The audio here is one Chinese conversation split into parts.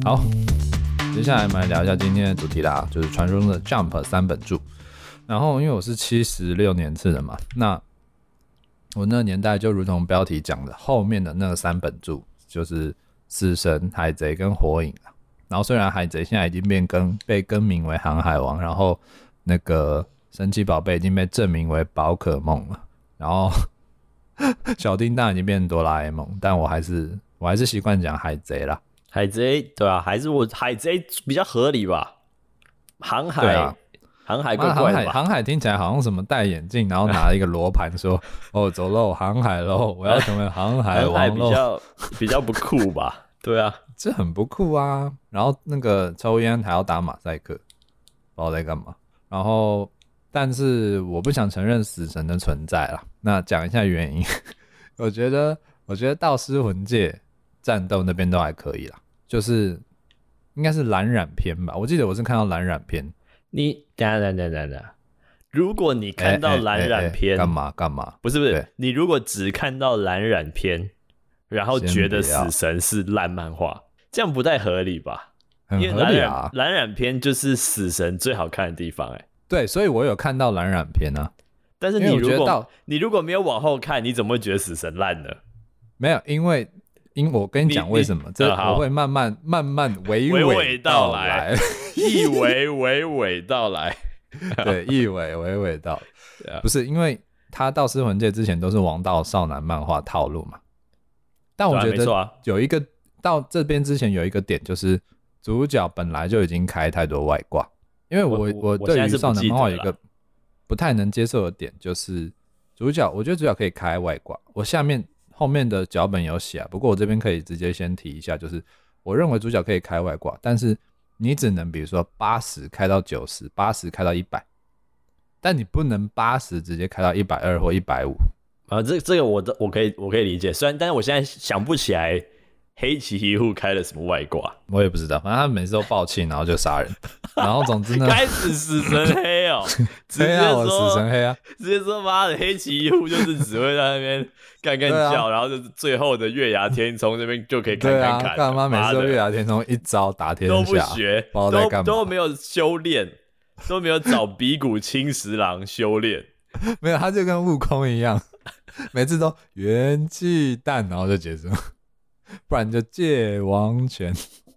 好，接下来我们来聊一下今天的主题啦，就是传说中的 Jump 三本柱。然后因为我是76年次的嘛，那我那个年代就如同标题讲的，后面的那个三本柱就是死神、海贼跟火影啦。然后虽然海贼现在已经被更名为航海王，然后那个神奇宝贝已经被证明为宝可梦了，然后小叮当已经变成哆啦 A 梦，但我还是习惯讲海贼啦。 海贼对啊，还是我海贼比较合理吧。航海， 对啊， 航海怪怪的吧？ 航海听起来好像什么戴眼镜，然后拿了一个罗盘说：“哦，走喽，航海喽，我要成为航海王喽。” 比较不酷吧？对啊， 这很不酷啊。然后那个抽烟还要打马赛克，不知道在干嘛。然后，但是我不想承认死神的存在啦。那讲一下原因，我觉得道师魂界战斗那边都还可以啦，就是应该是蓝染篇吧，我记得我是看到蓝染篇。 你等，如果你看到蓝染篇， 干嘛？ 不是，你如果只看到蓝染篇，然后觉得死神是烂漫画，这样不太合理吧？ 很合理啊， 因为蓝染篇就是死神最好看的地方对，所以我有看到蓝染篇啊。 但是你如果没有往后看，你怎么会觉得死神烂呢？ 没有，因为我跟你讲为什么，这我会慢慢娓娓道来， 一娓道来， 对，一娓娓道，不是因为他道师魂界之前都是王道少男漫画套路嘛，但我觉得有一个到这边之前有一个点，就是主角本来就已经开太多外挂，因为我对于少男漫画有一个不太能接受的点，就是我觉得主角可以开外挂，我后面的脚本有写不过我这边可以直接先提一下，就是我认为主角可以开外挂，但是你只能比如说80开到90，80开到100，但你不能80直接开到120或150。 这个我可以理解，虽然但是我现在想不起来黑崎一护开了什么外挂， 我也不知道，反正他每次都爆气，然后就杀人，然后总之呢， 开始死神黑哦，直接说死神黑啊， 直接说妈的黑崎一护就是只会在那边干叫，然后就是最后的月牙天冲那边就可以砍， 对啊，干嘛每次都月牙天冲一招打天下， 都不学， 不知道在干嘛， 都没有修炼，都没有找比古青十郎修炼， 没有，他就跟悟空一样，每次都元气弹，然后就结束。不然就界王拳。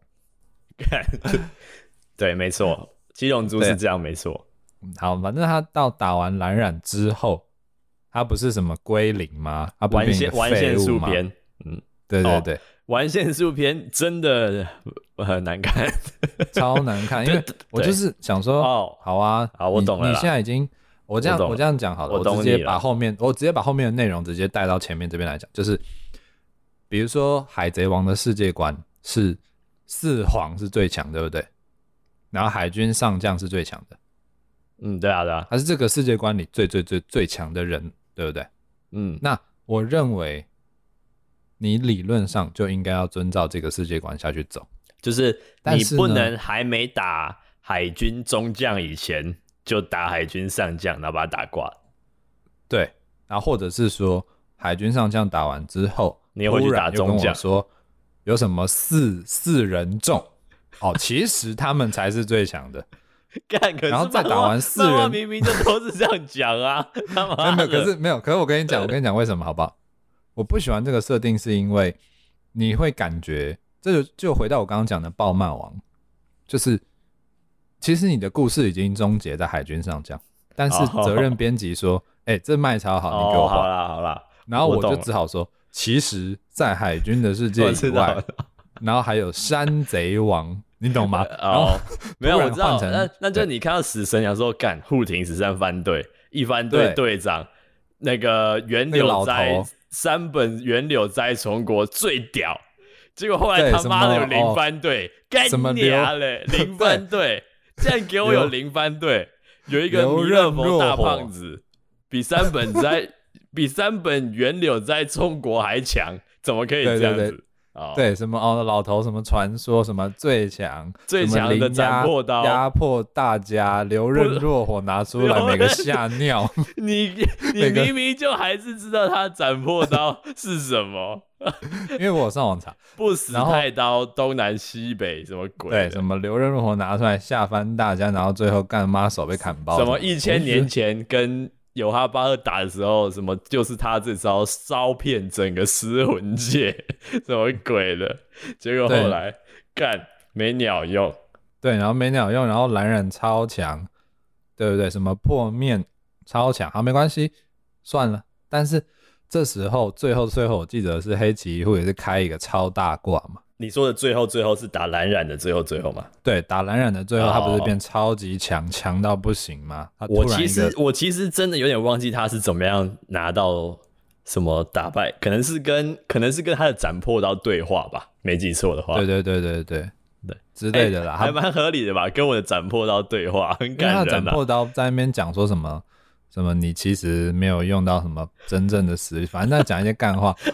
对，没错，七龙珠是这样，没错。 好，反正他到打完蓝染之后，他不是什么归零吗？他不变一个废物吗？ 完线速篇， 对， 完线速篇真的很难看， 超难看。因为我就是想说，好啊， 我懂了。 你现在已经，我这样讲好了，我直接把后面的内容直接带到前面这边来讲，就是。比如说海贼王的世界观是四皇是最强，对不对？然后海军上将是最强的， 对啊， 他是这个世界观里最强的人，对不对？那我认为你理论上就应该要遵照这个世界观下去走， 就是你不能还没打海军中将以前就打海军上将，然后把他打挂。对， 然后或者是说海军上将打完之后。 你也会去打中将， 说有什么四人众其实他们才是最强的。然后再打完4人， 明明就都是这样讲啊。 可是我跟你讲为什么好不好？我不喜欢这个设定，是因为你会感觉这就回到我刚刚讲的暴漫王，就是其实你的故事已经终结在海军上将，但是责任编辑说，这卖超好，你给我画。 好啦， 然后我就只好说。其实，在海军的世界以外，然后还有山贼王，你懂吗？ 没有，我知道。那就你看到死神想说，干护庭13番队，一番队队长那个原柳斋山本原柳斋重国最屌，结果后来他妈的有0番队，干你娘嘞！0番队，这样给我有0番队，有一个弥勒佛大胖子，比山本原柳斋中国还强，怎么可以这样子？ 对，什么老头什么传说什么最强的斩破刀压迫大家，流刃若火拿出来每个吓尿。 你明明就还是知道他斩破刀是什么。 因为我上网查不死太刀东南西北什么鬼， 对，什么流刃若火拿出来吓翻大家，然后最后干妈手被砍爆， 什么1000年前跟有哈巴赫打的时候，什么就是他这招烧遍整个尸魂界，什么鬼的，结果后来干没鸟用， 对，然后没鸟用，然后蓝染超强，对不对？什么破面超强，好，没关系，算了，但是。这时候最后我记得是黑崎一护也是开一个超大挂嘛。 你说的最后是打蓝染的最后吗？ 对，打蓝染的最后他不是变超级强到不行吗？ 我其实真的有点忘记他是怎么样拿到什么打败，可能是跟他的斩破刀对话吧，没记错的话。 对之类的啦， 还蛮合理的吧，跟我的斩破刀对话，很感人啊。 因为他斩破刀在那边讲说什么你其实没有用到什么真正的实力，反正在讲一些干话。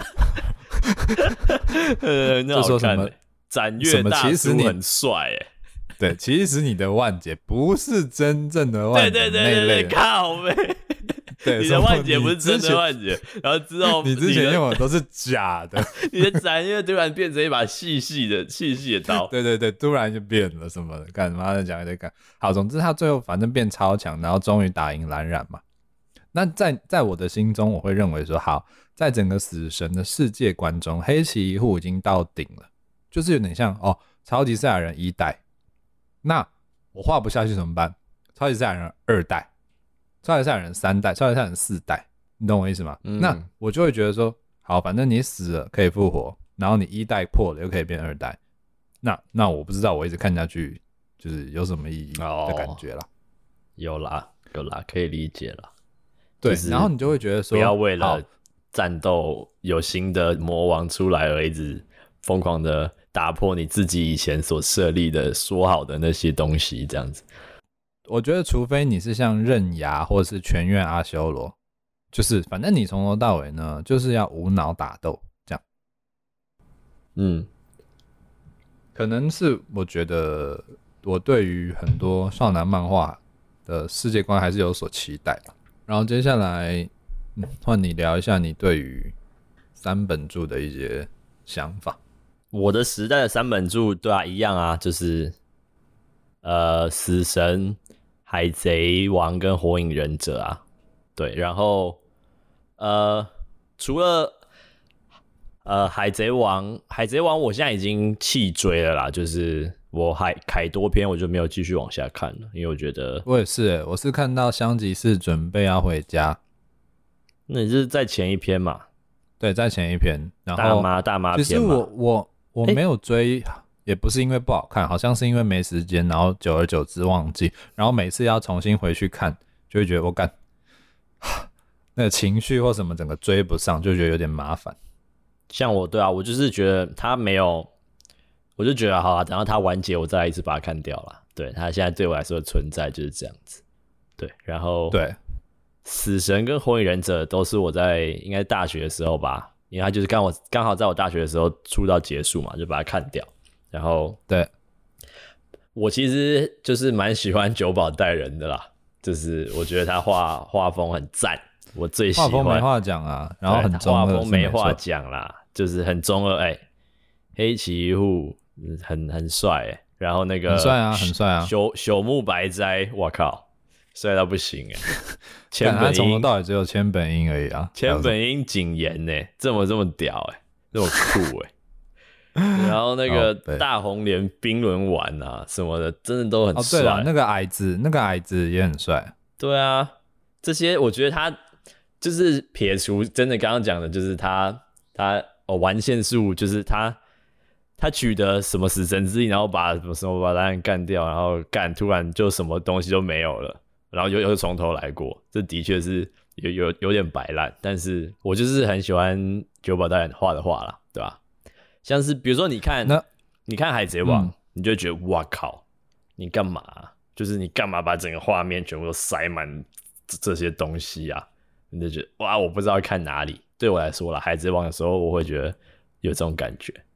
就说什么斩月大叔很帅对，其实你的万劫不是真正的万劫， 对，靠呗。对，你的万劫不是真的万劫，然后之后你之前用的都是假的， 你的斩月突然变成一把细细的刀， 对，突然就变了什么的，干嘛的讲一堆干。好，总之他最后反正变超强，然后终于打赢蓝染嘛。那在我的心中，我会认为说，好，在整个死神的世界观中，黑崎一护已经到顶了，就是有点像超级赛亚人1代。那我画不下去怎么办？超级赛亚人2代、超级赛亚人3代、超级赛亚人4代，你懂我意思吗？那我就会觉得说，好，反正你死了可以复活，然后你1代破了又可以变2代，那我不知道我一直看下去就是有什么意义的感觉啦。 有啦，可以理解啦。 对，然后你就会觉得说， 不要为了战斗有新的魔王出来而一直疯狂的打破你自己以前所设立的说好的那些东西，这样子。 我觉得，除非你是像刃牙或是全院阿修罗，就是反正你从头到尾呢，就是要无脑打斗这样。可能是我觉得我对于很多少男漫画的世界观还是有所期待吧。然后接下来换你聊一下你对于三本柱的一些想法。 我的时代的三本柱，对啊，一样啊，就是死神、海贼王跟火影忍者啊，对，然后除了海贼王我现在已经弃追了啦，就是我凯多篇我就没有继续往下看了，因为我觉得我也是我是看到香吉士准备要回家。 那你是在前一篇嘛？ 对，在前一篇，然后大妈篇嘛。 其实我没有追，也不是因为不好看，好像是因为没时间，然后久而久之忘记，然后每次要重新回去看，就会觉得我干那个情绪或什么整个追不上，就觉得有点麻烦。 像我，对啊，我就是觉得他没有，我就觉得好啊，等到他完结，我再来一次把它看掉了。对，他现在对我来说的存在就是这样子。对，然后对， 死神跟火影忍者都是我在应该大学的时候吧，因为他就是刚好在我大学的时候出到结束嘛，就把它看掉。然后对， 我其实就是蛮喜欢久保带人的啦，就是我觉得他画风很赞，我最喜欢。 画风没话讲啊，然后很中二， 画风没话讲啦，就是很中二。黑崎一护很帅然后那个很帅啊， 朽木白哉，我靠，帅到不行千本樱他从头到尾只有千本樱而已啊， 千本樱谨言这么屌这么酷然后那个大红莲冰轮丸啊什么的，真的都很帅。 对啊，那个矮子也很帅。 对啊，这些我觉得他就是撇除真的刚刚讲的，就是他玩线术，就是他取得什么死神之力，然后把什么把他干掉，然后突然就什么东西都没有了，然后又从头来过，这的确是有点摆烂，但是我就是很喜欢久保带人画的画啦，对吧？像是比如说你看海贼王，你就会觉得哇靠，你干嘛就是你干嘛把整个画面全部都塞满这些东西啊？你就觉得哇，我不知道看哪里。对我来说啦，海贼王的时候我会觉得有这种感觉。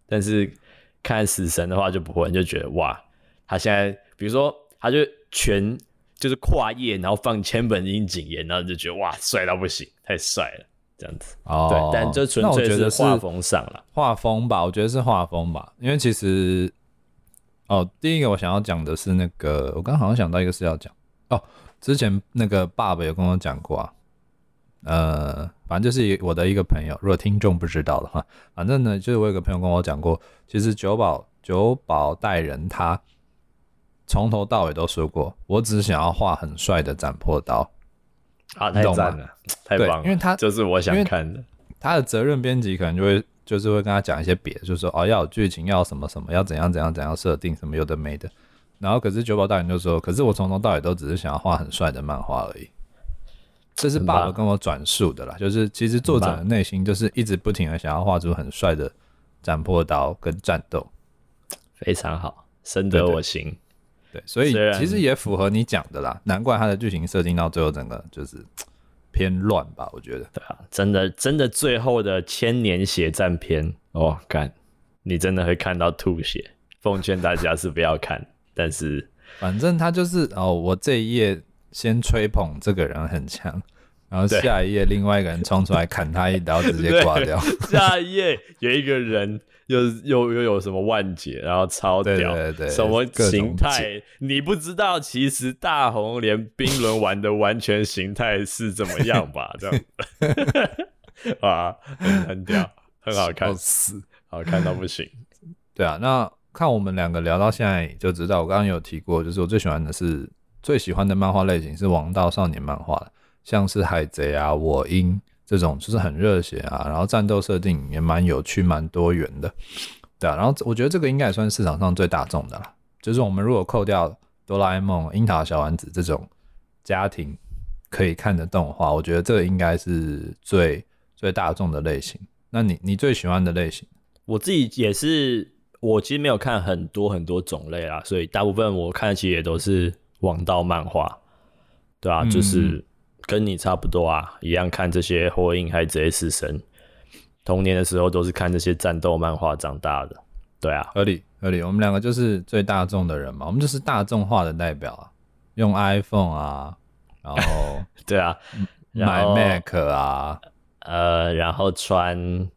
但是看死神的话就不会，你就觉得哇，他现在比如说他就是跨页，然后放千本樱景言，然后就觉得哇，帅到不行，太帅了，这样子。对，但就纯粹是画风上了。 画风吧，我觉得是画风吧，因为其实第一个我想要讲的是那个，我刚好像想到一个是要讲之前那个爸爸有跟我讲过反正就是我的一个朋友，如果听众不知道的话，反正呢，就是我有个朋友跟我讲过，其实久保带人他从头到尾都说过，我只想要画很帅的斩破刀。 太赞了，太棒了， 因为他就是我想看的。 他的责任编辑可能就是会跟他讲一些别的，就是说要有剧情，要什么什么，要怎样设定，什么有的没的。然后可是久保带人就说，可是我从头到尾都只是想要画很帅的漫画而已。这是爸爸跟我转述的啦，就是其实作者的内心就是一直不停的想要画出很帅的斩破刀跟战斗， 非常好，深得我心。 对，所以其实也符合你讲的啦，难怪他的剧情设定到最后整个就是偏乱吧，我觉得。 对啊，真的最后的千年血战篇干，你真的会看到吐血，奉劝大家是不要看，但是反正他就是我这一页先吹捧这个人很强，然后下一页另外一个人冲出来砍他一刀，直接挂掉。 下一页有一个人又有什么万劫，然后超屌， 对， 什么形态你不知道，其实大红莲冰轮丸的完全形态是怎么样吧？这样哇，很屌，很好看，好看到不行。 对啊，那看我们两个聊到现在就知道，我刚刚有提过，就是我最喜欢的漫画类型是王道少年漫画，像是海贼啊、我鹰这种就是很热血啊，然后战斗设定也蛮有趣、蛮多元的，对啊。然后我觉得这个应该也算市场上最大众的啦，就是我们如果扣掉哆啦 A 梦、樱桃小丸子这种家庭可以看的动画，我觉得这个应该是最大众的类型。那你最喜欢的类型？ 我自己也是，我其实没有看很多种类啦，所以大部分我看的其实也都是王道漫画，对啊，就是跟你差不多啊，一样看这些火影、海贼、死神。童年的时候都是看这些战斗漫画长大的，对啊， 合理。我们两个就是最大众的人嘛，我们就是大众化的代表啊，用 iPhone 啊，然后对啊， 买 Mac 啊， 然后穿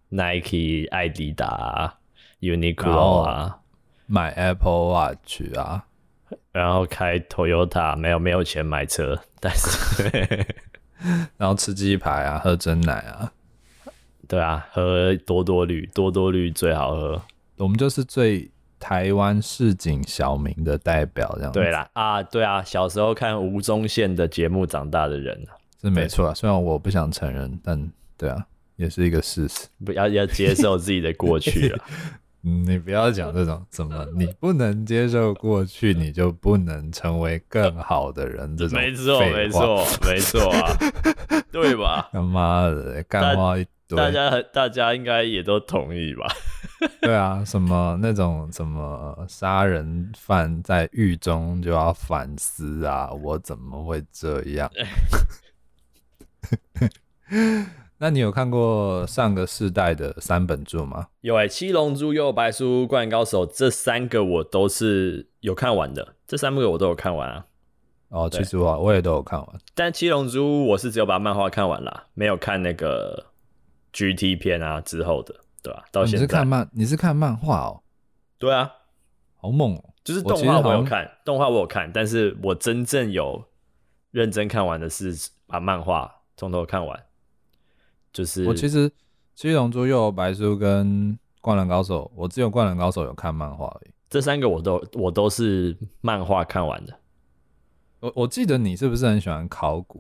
Nike、艾迪达、Uniqlo 啊， 买 Apple Watch 啊。 然后开 Toyota， 没有钱买车，但是然后吃鸡排啊，喝珍奶啊， 对啊，喝多多绿最好喝。 我们就是最台湾市井小民的代表，这样子。 对啦，对啊，小时候看吴宗宪的节目长大的人是没错啊。虽然我不想承认，但对啊，也是一个事实。 不要接受自己的过去啊。 你不要讲这种怎么你不能接受过去，你就不能成为更好的人这种没错啊，对吧？ 他妈的干话一堆， 大家应该也都同意吧？ 对啊，什么那种什么杀人犯在狱中就要反思啊，我怎么会这样？那你有看过上个世代的3本柱吗？ 有七龙珠、幽游白书、灌篮高手这3个我都是有看完的，这3个我都有看完啊。 其实我也都有看完， 但七龙珠我是只有把漫画看完啦，没有看那个 GT 片啊之后的，对吧？到现在你是看漫画哦？ 对啊， 好猛哦！ 就是动画我有看，但是我真正有认真看完的是把漫画从头看完。就是我其实七龙珠、幽游白书跟灌篮高手，我只有灌篮高手有看漫画而已。 这3个我都是漫画看完的。 我记得你是不是很喜欢考古？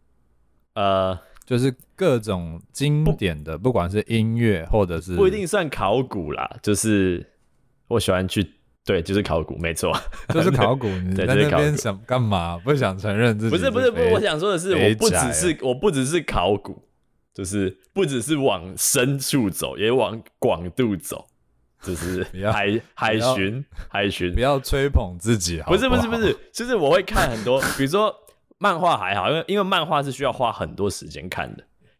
就是各种经典的，不管是音乐或者是不一定算考古啦，就是我喜欢去对，就是考古，没错， 就是考古。你在那边想干嘛？不想承认自己？ 不是，我想说的是，我不只是考古。就是不只是往深处走，也往广度走，就是海巡， 不要吹捧自己好不好？ 不是，就是我会看很多，比如说漫画还好，因为漫画是需要花很多时间看的，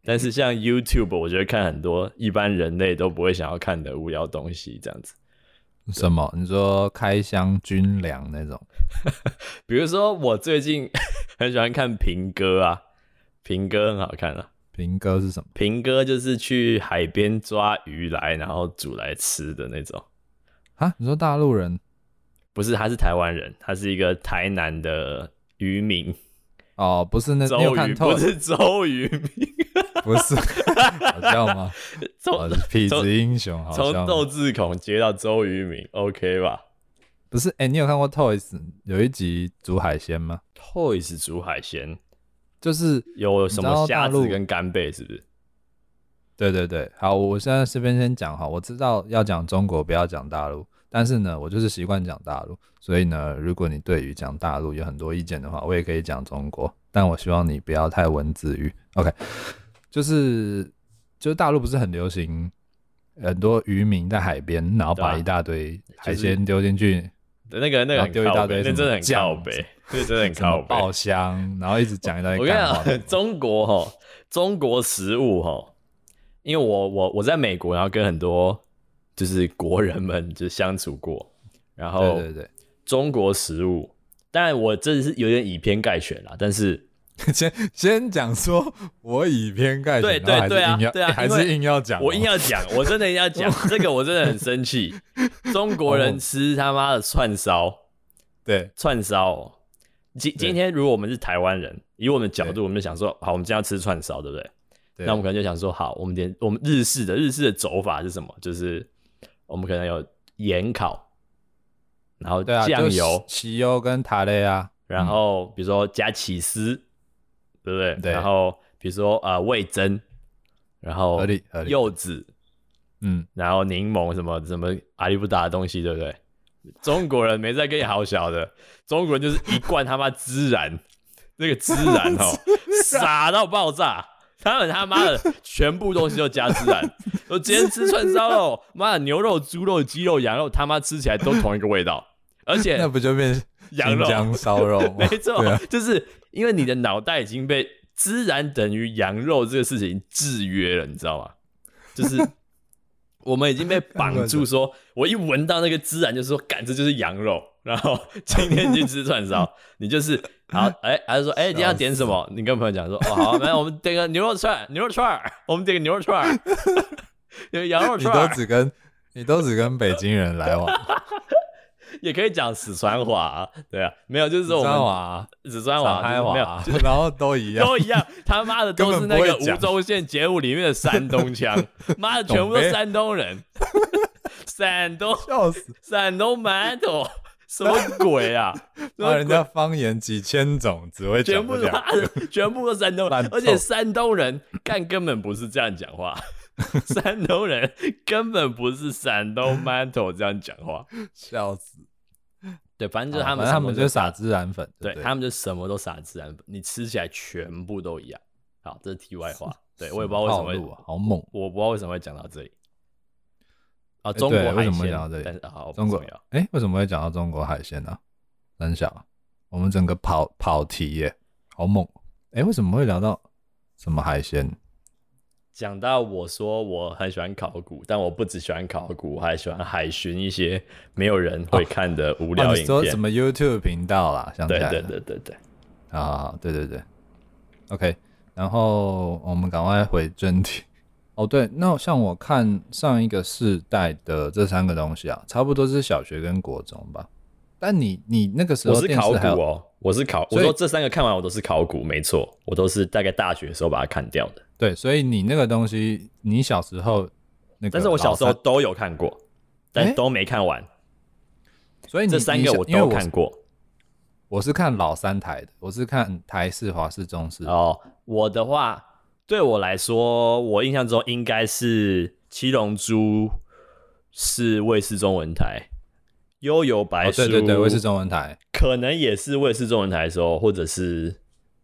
但是像 YouTube 我觉得看很多一般人类都不会想要看的无聊东西这样子。 什么？你说开箱军粮那种？ 比如说我最近很喜欢看平哥啊，平哥很好看啊。 平哥是什么？ 平哥就是去海边抓鱼来，然后煮来吃的那种。 啊？你说大陆人？ 不是，他是台湾人，他是一个台南的渔民。 哦，不是那周渔，不是周渔民， 不是，好笑吗？痞子英雄， 从窦智孔接到周渔民 ，OK 吧？ 不是，你有看过 Toys 有一集煮海鲜吗 ？Toys 煮海鲜， 就是有什么虾子跟干贝，是不是？ 对对对，好，我现在这边先讲哈，我知道要讲中国，不要讲大陆。但是呢，我就是习惯讲大陆，所以呢，如果你对于讲大陆有很多意见的话，我也可以讲中国，但我希望你不要太文字狱。OK， 就是大陆不是很流行很多渔民在海边，然后把一大堆海鲜丢进去， 那个丢一大堆， 那真的很靠北，那真的很靠北， 爆香，然后一直讲一堆。 我跟你讲，中国食物因为我在美国，然后跟很多就是国人们就相处过，然后对， 中国食物，当然我这是有点以偏概全啦，但是先讲说我以偏概全， 对啊， 还是硬要讲， 我硬要讲，我真的要讲这个，我真的很生气。中国人吃他妈的串烧， 对， 串烧。今天如果我们是台湾人，以我们的角度，我们就想说，好，我们今天要吃串烧，对不对？那我们可能就想说，好，我们日式的走法是什么？就是我们可能有盐烤，然后酱油、 豉油跟塔雷啊， 然后比如说加起司，对不对？对。然后比如说味噌，然后柚子，然后柠檬什么阿里不达的东西，对不对？中国人没在跟你好小的，中国人就是一罐他妈孜然，那个孜然傻到爆炸。他们他妈的全部东西都加孜然，我今天吃串烧肉，妈的牛肉、猪肉、鸡肉、羊肉，他妈吃起来都同一个味道，而且那不就变新疆烧肉吗？ 没错，就是因为你的脑袋已经被孜然等于羊肉这个事情制约了，你知道吗？就是我们已经被绑住说，我一闻到那个孜然就说，干，这就是羊肉。然后今天你去吃串烧，你就是好，还是说，今天要点什么？你跟朋友讲说，哦，好，来，我们点个牛肉串，我们点个牛肉串，有个羊肉串。 你都只跟北京人来往， 也可以讲四川话，对啊，没有，就是说我们四川话、 上海话，然后都一样， 他妈的都是那个吴宗宪节目里面的山东腔，妈的全部都山东人，山东馒头。什么鬼啊！ 人家方言几千种，只会讲不了。 全部都山东人，而且山东人根本不是这样讲话。山东人根本不是山东馒头这样讲话， 笑死。 对，反正就是他们就撒孜然粉， 对他们就什么都撒孜然粉，你吃起来全部都一样。好，这是题外话。对，我也不知道为什么会好猛， 我不知道为什么会讲到这里。中国海鲜， 为什么会讲到这里？ 但是好， 中国为什么会讲到中国海鲜呢？很小，我们整个跑题耶，好猛！为什么会聊到什么海鲜？ 讲到我说我很喜欢考古，但我不只喜欢考古，我还喜欢海巡一些没有人会看的无聊影片。 你说什么 YouTube 频道啦？想起来了， 对。 好，对。OK， 然后我们赶快回正题。对，那像我看上一个世代的这3个东西啊，差不多是小学跟国中吧。但你那个时候我是考古我说这3个看完我都是考古，没错，我都是大概大学的时候把它看掉的。 对，所以你那个东西，你小时候那个， 但是我小时候都有看过，但都没看完。 所以这3个我都看过。 我是看老3台的，我是看台视、华视、中视。 我的话。对我来说，我印象中应该是七龙珠是卫视中文台，幽游白书对，卫视中文台可能也是卫视中文台的时候，或者是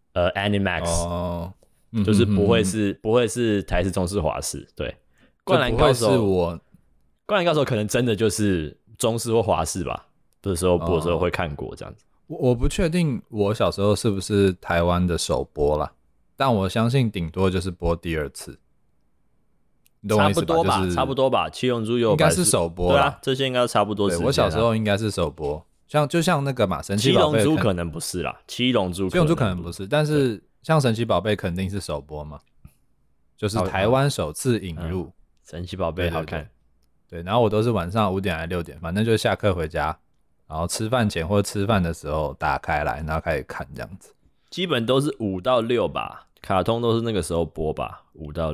Animax，就是不会是台视、中视、华视。对，灌篮高手可能真的就是中视或华视吧，的时候播的时候会看过这样子。 我不确定我小时候是不是台湾的首播啦。 但我相信顶多就是播第2次， 差不多吧，差不多吧。七龙珠应该是首播啦， 对啊，这些应该差不多时间。 我小时候应该是首播，就像那个嘛，神奇宝贝七龙珠可能不是啦，七龙珠可能不是，但是像神奇宝贝肯定是首播嘛，就是台湾首次引入神奇宝贝，好看。 对，然后我都是晚上5点还6点，反正就是下课回家，然后吃饭前或者吃饭的时候打开来，然后开始看这样子。 基本都是5到6吧，卡通都是那个时候播吧，5到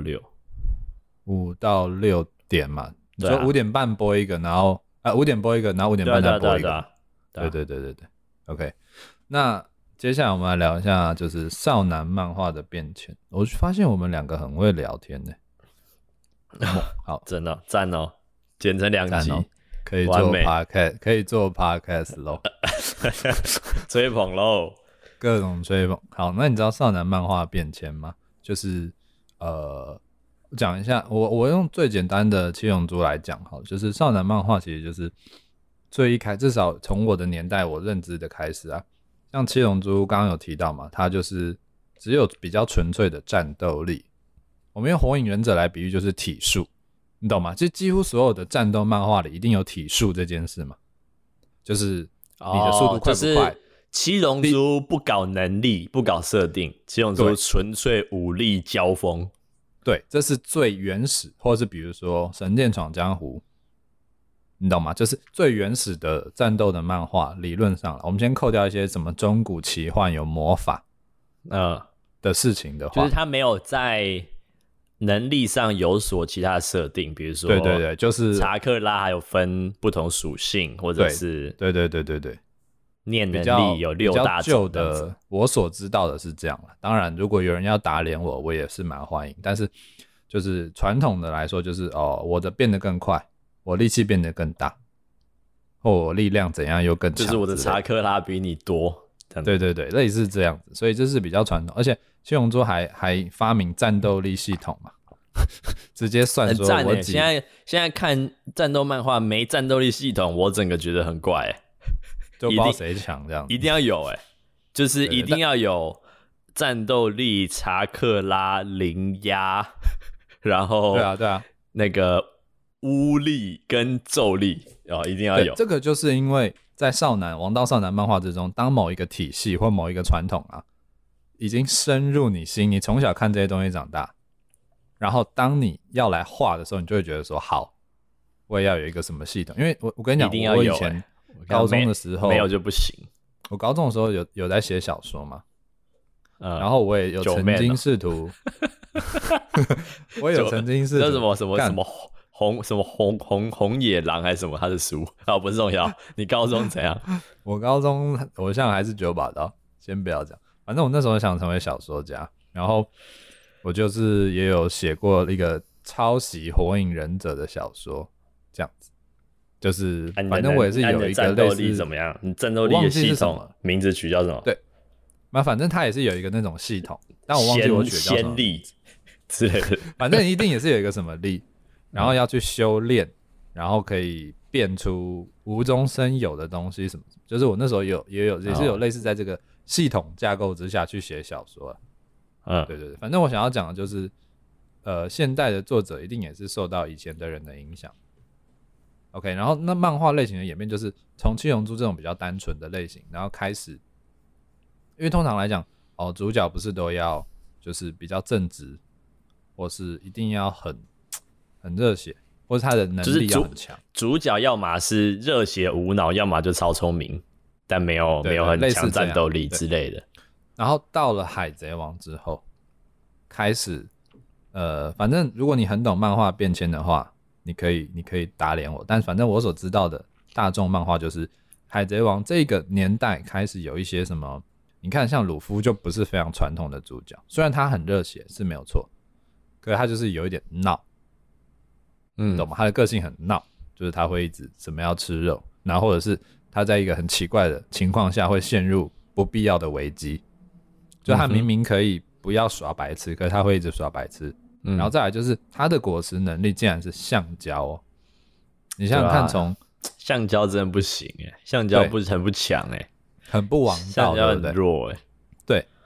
6点嘛。你说5点半播一个，然后5点播一个，然后5点半再播一个。对。OK， 那接下来我们来聊一下就是少男漫画的变迁。我发现我们2个很会聊天呢。好， 真的赞哦。剪成2集， 可以做 podcast 咯吹捧咯， 各种吹捧。好，那你知道少男漫画变迁吗？就是讲一下，我用最简单的七龙珠来讲好了，就是少男漫画其实就是最一开始，至少从我的年代我认知的开始啊，像七龙珠刚刚有提到嘛，它就是只有比较纯粹的战斗力。我们用火影忍者来比喻就是体术。你懂吗？就几乎所有的战斗漫画里一定有体术这件事嘛，就是你的速度快不快？ 七龙珠不搞能力，不搞设定，七龙珠纯粹武力交锋。 对，这是最原始，或者是比如说《神剑闯江湖》，你懂吗？就是最原始的战斗的漫画，理论上我们先扣掉一些什么中古奇幻有魔法的事情的话， 就是他没有在能力上有所其他的设定，比如说对，就是查克拉还有分不同属性，或者是对， 念能力有6大种。 旧的我所知道的是这样啦，当然如果有人要打脸我也是蛮欢迎，但是就是传统的来说就是我的变得更快，我力气变得更大，或我力量怎样又更强， 就是我的查克拉比你多。 对，类似这样子，所以这是比较传统，而且七龙珠还发明战斗力系统嘛，直接算说我很赞。现在看战斗漫画没战斗力系统，我整个觉得很怪就不知道谁强这样子。 一定要有就是一定要有战斗力、查克拉、灵压，然后对啊， 那个巫力跟咒力一定要有。 这个就是因为在王道少男漫画之中，当某一个体系或某一个传统已经深入你心，你从小看这些东西长大，然后当你要来画的时候，你就会觉得说好，我也要有一个什么系统。因为我跟你讲，我以前高中的时候没有就不行。我高中的时候有在写小说嘛，然后我也有曾经试图，我有曾经试图什么红野狼还是什么他的书不是重要。你高中怎样？ 我高中我现在还是9把刀，先不要讲。反正我那时候想成为小说家，然后我就是也有写过一个抄袭火影忍者的小说，这样子。就是反正我也是有一个战斗力怎么样？你战斗力的系统名字取叫什么？ 对，反正它也是有一个那种系统，但我忘记我取叫什么先力之类的。 反正一定也是有一个什么力。然后要去修炼，然后可以变出无中生有的东西什么，就是我那时候也是有类似在这个系统架构之下去写小说对，反正我想要讲的就是现代的作者一定也是受到以前的人的影响。OK， 然后那漫画类型的演变就是从七龙珠这种比较单纯的类型，然后开始，因为通常来讲主角不是都要就是比较正直，或是一定要很热血，或是他的能力要很强。 主角要么是热血无脑，要么就超聪明，但没有很强战斗力之类的。 然后到了海贼王之后，开始反正如果你很懂漫画变迁的话，你可以打脸我，但反正我所知道的大众漫画就是海贼王这个年代开始有一些什么，你看像鲁夫就不是非常传统的主角，虽然他很热血是没有错，可是他就是有一点闹。懂吗？他的个性很闹，就是他会一直什么要吃肉，然后或者是他在一个很奇怪的情况下会陷入不必要的危机，就他明明可以不要耍白痴，可是他会一直耍白痴。然后再来就是他的果实能力竟然是橡胶你想想看，从橡胶真的不行橡胶很不强很不王道， 橡胶很弱对，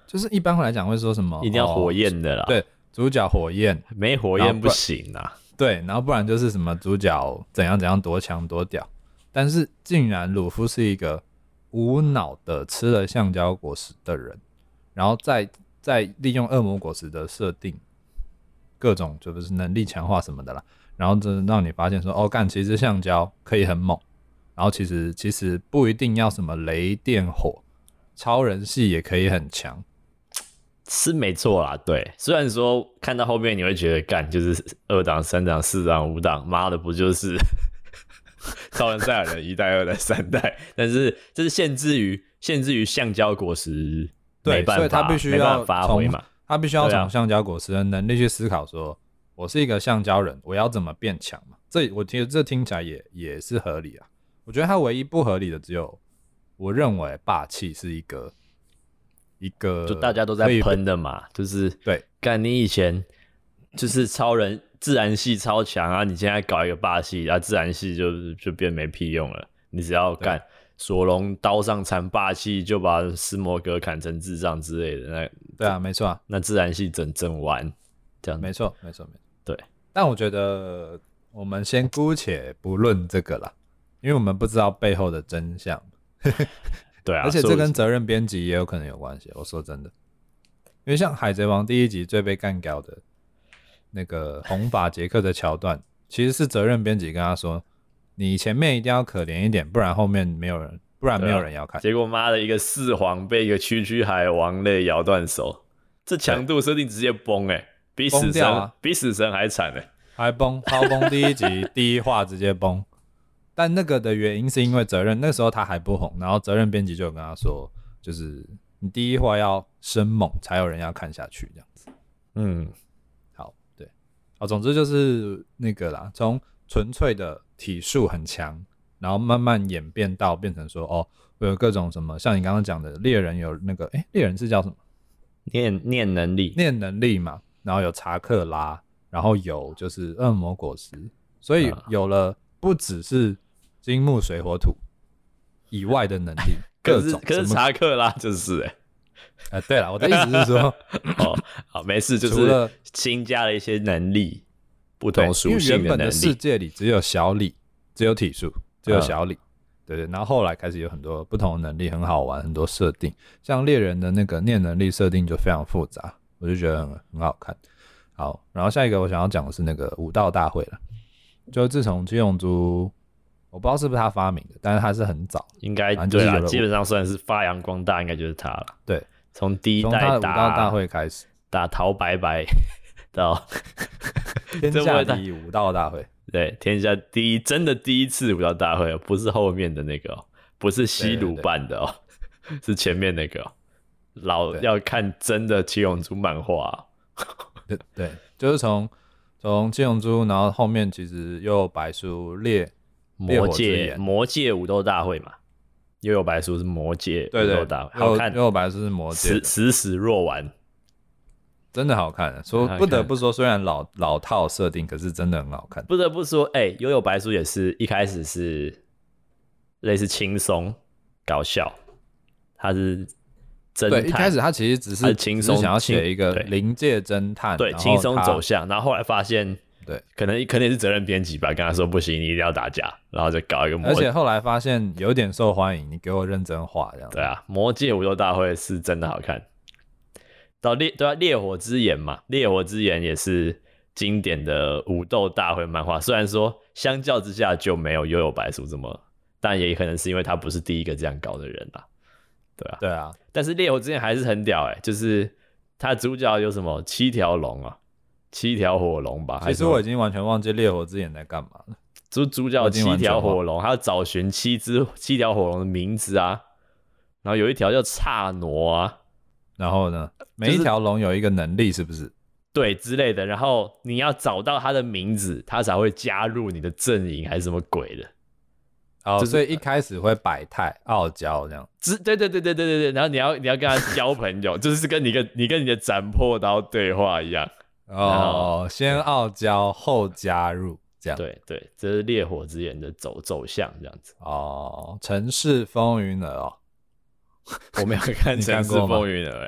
就是一般来讲会说什么一定要火焰的啦， 对，主角火焰， 没火焰不行啊。 对，然后不然就是什么主角怎样怎样多强多屌，但是竟然鲁夫是一个无脑的吃了橡胶果实的人，然后再利用恶魔果实的设定，各种就是能力强化什么的啦，然后这让你发现说，哦，干，其实橡胶可以很猛，然后其实不一定要什么雷电火，超人系也可以很强。 是没错啦，对。虽然说看到后面你会觉得干就是2档、3档、4档、5档，妈的不就是超人赛亚人1代、2代、3代？但是这是限制于橡胶果实， 对，所以他必须要发挥嘛， 他必须要从橡胶果实的能力去思考说，我是一个橡胶人，我要怎么变强嘛？我觉得这听起来也是合理啊。我觉得他唯一不合理的只有，我认为霸气是一个就大家都在喷的嘛，就是对， 干你以前就是超人自然系超强啊，你现在搞一个霸气啊，自然系就变没屁用了。你只要干索隆刀上缠霸气，就把斯摩格砍成智障之类的，那对啊，没错啊， 那自然系整完这样， 没错， 对。 但我觉得我们先姑且不论这个啦，因为我们不知道背后的真相。 对啊， 而且这跟责任编辑也有可能有关系。我说真的，因为像《海贼王》第1集最被干掉的那个红发杰克的桥段，其实是责任编辑跟他说：“你前面一定要可怜一点，不然后面没有人，不然没有人要看。” 结果妈的一个4皇被一个区海王类咬断手，这强度设定直接崩比死神还惨还崩，超崩！第1集第1话直接崩。但那个的原因是因为责任那时候他还不红，然后责任编辑就有跟他说，就是你第1话要生猛才有人要看下去这样子。好，对，好，总之就是那个啦，从纯粹的体术很强，然后慢慢演变到变成说，哦，会有各种什么，像你刚刚讲的猎人有那个，猎人是叫什么？ 念能力嘛，然后有查克拉，然后有就是恶魔果实，所以有了不只是金木水火土以外的能力，各种。 可是查克拉就是对了，我的意思是说， 好，没事，就是新加了一些能力，不同属性的能力。因为原本的世界里只有小李，只有体术，只有小李，对，然后后来开始有很多不同的能力，很好玩，很多设定，像猎人的那个念能力设定就非常复杂，我就觉得很好看。好，然后下一个我想要讲的是那个武道大会了，就自从七龙珠。我不知道是不是他发明的，但是他是很早， 应该对啦，基本上算是发扬光大，应该就是他了。 对， 从第1代打武道大会开始， 打陶白白到天下第一武道大会， 对，天下真的第一次武道大会，不是后面的那个不是西鲁办的是前面那个要看真的七龙珠漫画对，就是从七龙珠，然后后面其实又有白书魔界武斗大会嘛，又有白书是魔界武斗大会，好看。 又有白书是魔界， 死若丸， 真的好看。不得不说，虽然老套设定，可是真的很好看。 不得不说，又有白书也是一开始是类似轻松搞笑，他是侦探。 对，一开始他其实只是轻松想要写一个临界侦探， 对，轻松走向，然后后来发现。 对， 可能也是责任编辑吧，跟他说不行，你一定要打架，然后就搞一个而且后来发现有点受欢迎，你给我认真画这样。 对啊，魔界武斗大会是真的好看。到烈火之眼嘛，烈火之眼也是经典的武斗大会漫画，虽然说相较之下就没有幽游白书这么，但也可能是因为他不是第一个这样搞的人啦。对啊，但是烈火之眼还是很屌就是他主角有什么7条龙啊。7条火龙吧， 其实我已经完全忘记烈火之眼在干嘛了。 主角7条火龙，他要找寻7条火龙的名字啊。然后有一条叫刹挪啊。 然后呢，每一条龙有一个能力，是不是？ 对之类的。然后你要找到他的名字，他才会加入你的阵营，还是什么鬼的。 所以一开始会百态傲娇这样。 对。然后你要跟他交朋友，就是跟你跟你的斩破刀对话一样。 先傲娇后加入这样。 对，这是烈火之眼的走向这样子。 城市风云儿我没有看城市风云儿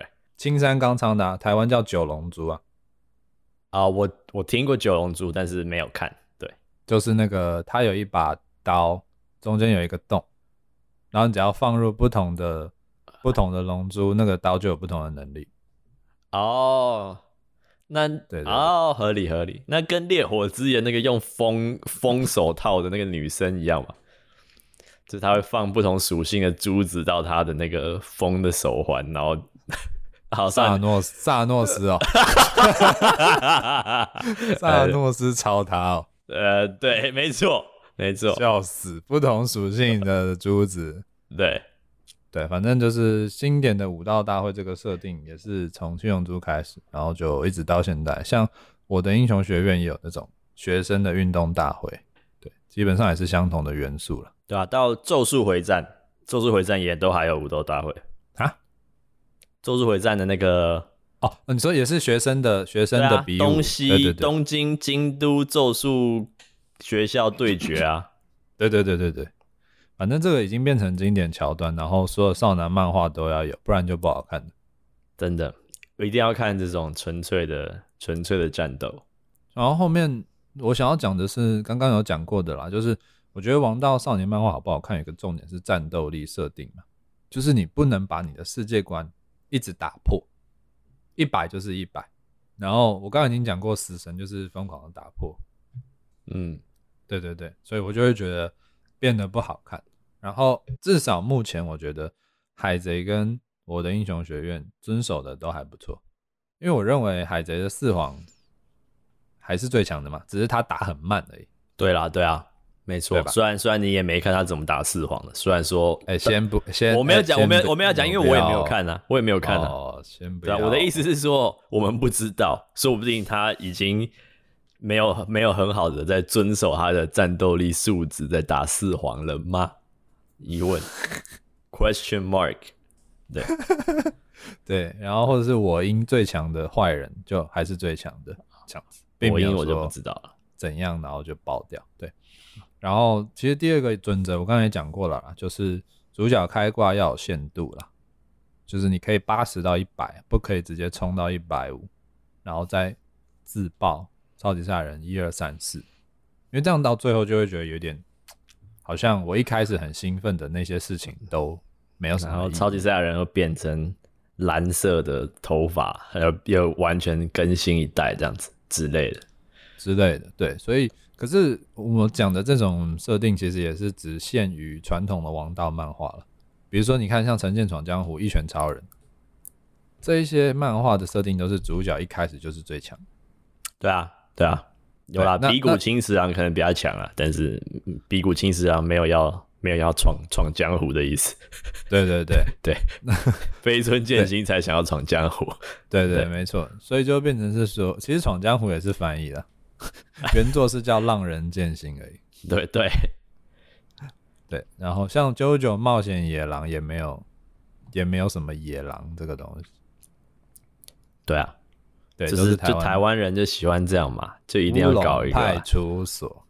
青山刚昌的台湾叫九龙珠啊。 我听过九龙珠，但是没有看。对， 就是那个它有一把刀，中间有一个洞，然后你只要放入不同的龙珠，那个刀就有不同的能力。 哦，那对合理。那跟烈火之炎那个用风手套的那个女生一样嘛？就是他会放不同属性的珠子到他的那个风的手环，然后好萨尔诺斯哦，萨尔诺斯抄他哦。 对，没错， 笑死，不同属性的珠子，对，反正就是经典的武道大会这个设定也是从七龙珠开始，然后就一直到现在。像我的英雄学院也有那种学生的运动大会，对，基本上也是相同的元素了。 对啊，到咒术回战也都还有武道大会啊。 咒术回战的那个你说也是学生的比武， 东西东京京都咒术学校对决啊。 对，反正这个已经变成经典桥段，然后所有少男漫画都要有，不然就不好看。 真的，我一定要看这种纯粹的战斗。 然后后面我想要讲的是刚刚有讲过的啦，就是我觉得王道少年漫画好不好看，有一个重点是战斗力设定嘛，就是你不能把你的世界观一直打破，100就是100。然后我刚才已经讲过，死神就是疯狂的打破。对，所以我就会觉得变得不好看。然后至少目前我觉得海贼跟我的英雄学院遵守的都还不错，因为我认为海贼的四皇还是最强的嘛，只是他打很慢而已。 对啊，没错。虽然你也没看他怎么打四皇的，虽然说，我没有讲，因为我也没有看啊， 先不要。 对啊，我的意思是说，我们不知道，说不定他已经没有很好的在遵守他的战斗力素质，在打四皇了吗？疑问question mark。 对，然后或者是我英最强的坏人就还是最强的这样子， 我英我就不知道了怎样，然后就爆掉。对，然后其实第二个准则我刚才也讲过了啦，就是主角开挂要有限度啦，就是你可以80到100，不可以直接冲到150，然后再自爆超级赛亚人1、2、3、4，因为这样到最后就会觉得有点好像我一开始很兴奋的那些事情都没有什么意义， 然后超级赛亚人又变成蓝色的头发，又完全更新一代这样子之类的。 对，所以可是我讲的这种设定其实也是只限于传统的王道漫画了，比如说你看像神剑闯江湖、一拳超人这一些漫画的设定都是主角一开始就是最强。 对啊，有啦，比古清十郎可能比较强啦，但是比古清十郎没有要闯江湖的意思。 对， 绯村剑心才想要闯江湖。 对，没错，所以就变成是说，其实闯江湖也是翻译啦，原作是叫浪人剑心而已。对，然后像JoJo冒险野狼也没有什么野狼这个东西。 对啊。 对， 就是台湾人就喜欢这样嘛，就一定要搞一个派出所。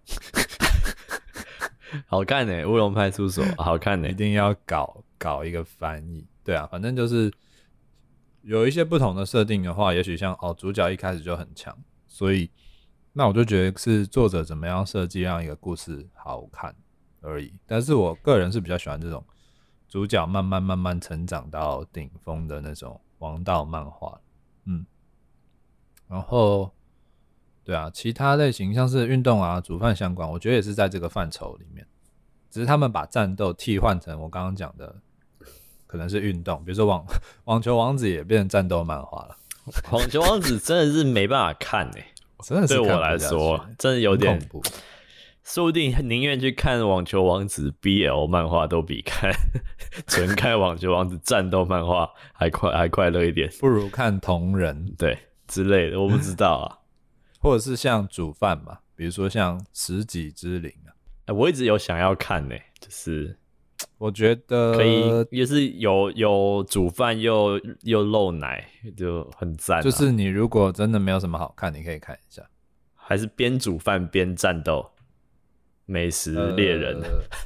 好看欸，乌龙派出所好看欸， 一定要搞一个翻译。对啊，反正就是有一些不同的设定的话，也许像主角一开始就很强，所以那我就觉得是作者怎么样设计让一个故事好看而已。但是我个人是比较喜欢这种主角慢慢成长到顶峰的那种王道漫画。然后对啊，其他类型像是运动啊、煮饭相关，我觉得也是在这个范畴里面，只是他们把战斗替换成我刚刚讲的可能是运动，比如说网球王子也变成战斗漫画了。 网球王子真的是没办法看真的是对我来说真的有点恐怖， 说不定宁愿去看网球王子 BL 漫画都比纯看网球王子战斗漫画还快乐一点， 不如看同人对之类的，我不知道啊。 或者是像煮饭嘛，比如说像十己之灵我一直有想要看就是我觉得可以，也是有煮饭又漏奶，就很赞就是你如果真的没有什么好看，你可以看一下， 还是边煮饭边战斗，美食猎人。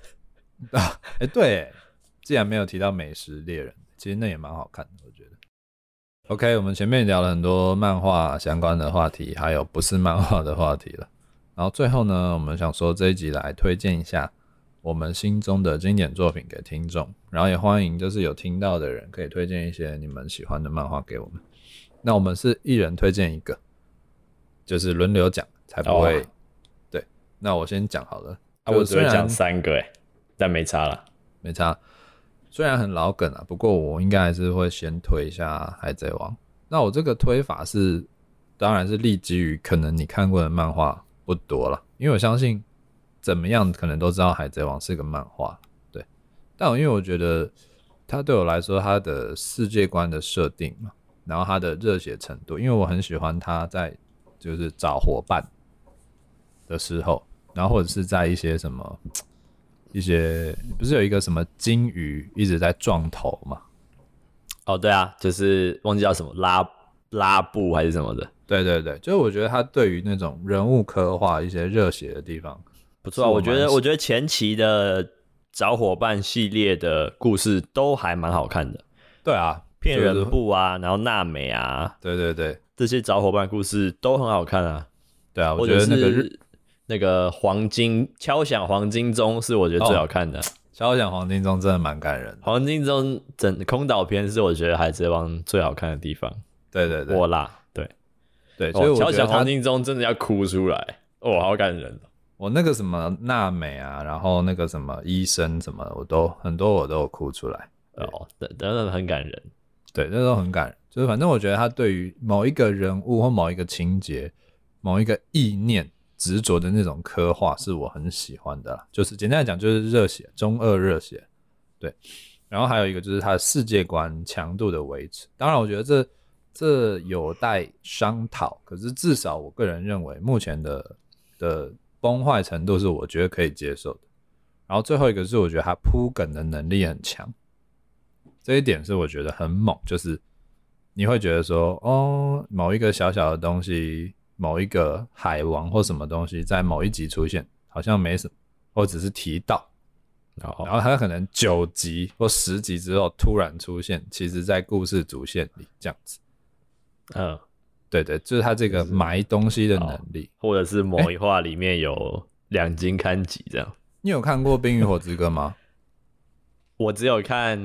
对，既然没有提到美食猎人，其实那也蛮好看的，我觉得。 OK， 我们前面聊了很多漫画相关的话题，还有不是漫画的话题了。然后最后呢，我们想说这一集来推荐一下我们心中的经典作品给听众，然后也欢迎就是有听到的人可以推荐一些你们喜欢的漫画给我们。那我们是一人推荐一个，就是轮流讲，才不会。对，那我先讲好了。 我只会讲3个但没差啦， 没差。虽然很老梗啊，不过我应该还是会先推一下海贼王。那我这个推法是，当然是立基于可能你看过的漫画不多啦，因为我相信怎么样可能都知道海贼王是个漫画，对。但因为我觉得它对我来说，它的世界观的设定嘛，然后它的热血程度，因为我很喜欢它在就是找伙伴的时候，然后或者是在一些什么。一些不是有一个什么金鱼一直在撞头吗？ 哦，对啊，就是忘记叫什么拉布还是什么的。 对对对，就是我觉得他对于那种人物刻画一些热血的地方不错啊。我觉得前期的找伙伴系列的故事都还蛮好看的。 对啊， 骗人部啊，然后娜美啊， 对对对， 这些找伙伴故事都很好看啊。 对啊，我觉得那个敲响黄金钟是我觉得最好看的。 敲响黄金钟真的蛮感人的。 黄金钟空岛篇是我觉得海贼王最好看的地方。 对对对， 我啦，对对，所以我觉得敲响黄金钟真的要哭出来，好感人。 我那个什么娜美啊，然后那个什么医生什么，很多我都有哭出来。 真的很感人。 对，那都很感人。就是反正我觉得他对于某一个人物或某一个情节、某一个意念。执着的那种刻画是我很喜欢的啦，就是简单来讲就是热血，中二热血，对。然后还有一个就是它的世界观强度的维持，当然我觉得这有待商讨，可是至少我个人认为目前的崩坏程度是我觉得可以接受的。然后最后一个是我觉得它铺梗的能力很强，这一点是我觉得很猛，就是你会觉得说某一个小小的东西。某一个海王或什么东西在某一集出现，好像没什么，或只是提到，然后他可能9集或10集之后突然出现，其实在故事主线里这样子。对对，就是他这个埋东西的能力， 或者是某一话里面有2金刊集这样。 你有看过《冰与火之歌》吗？ 我只有看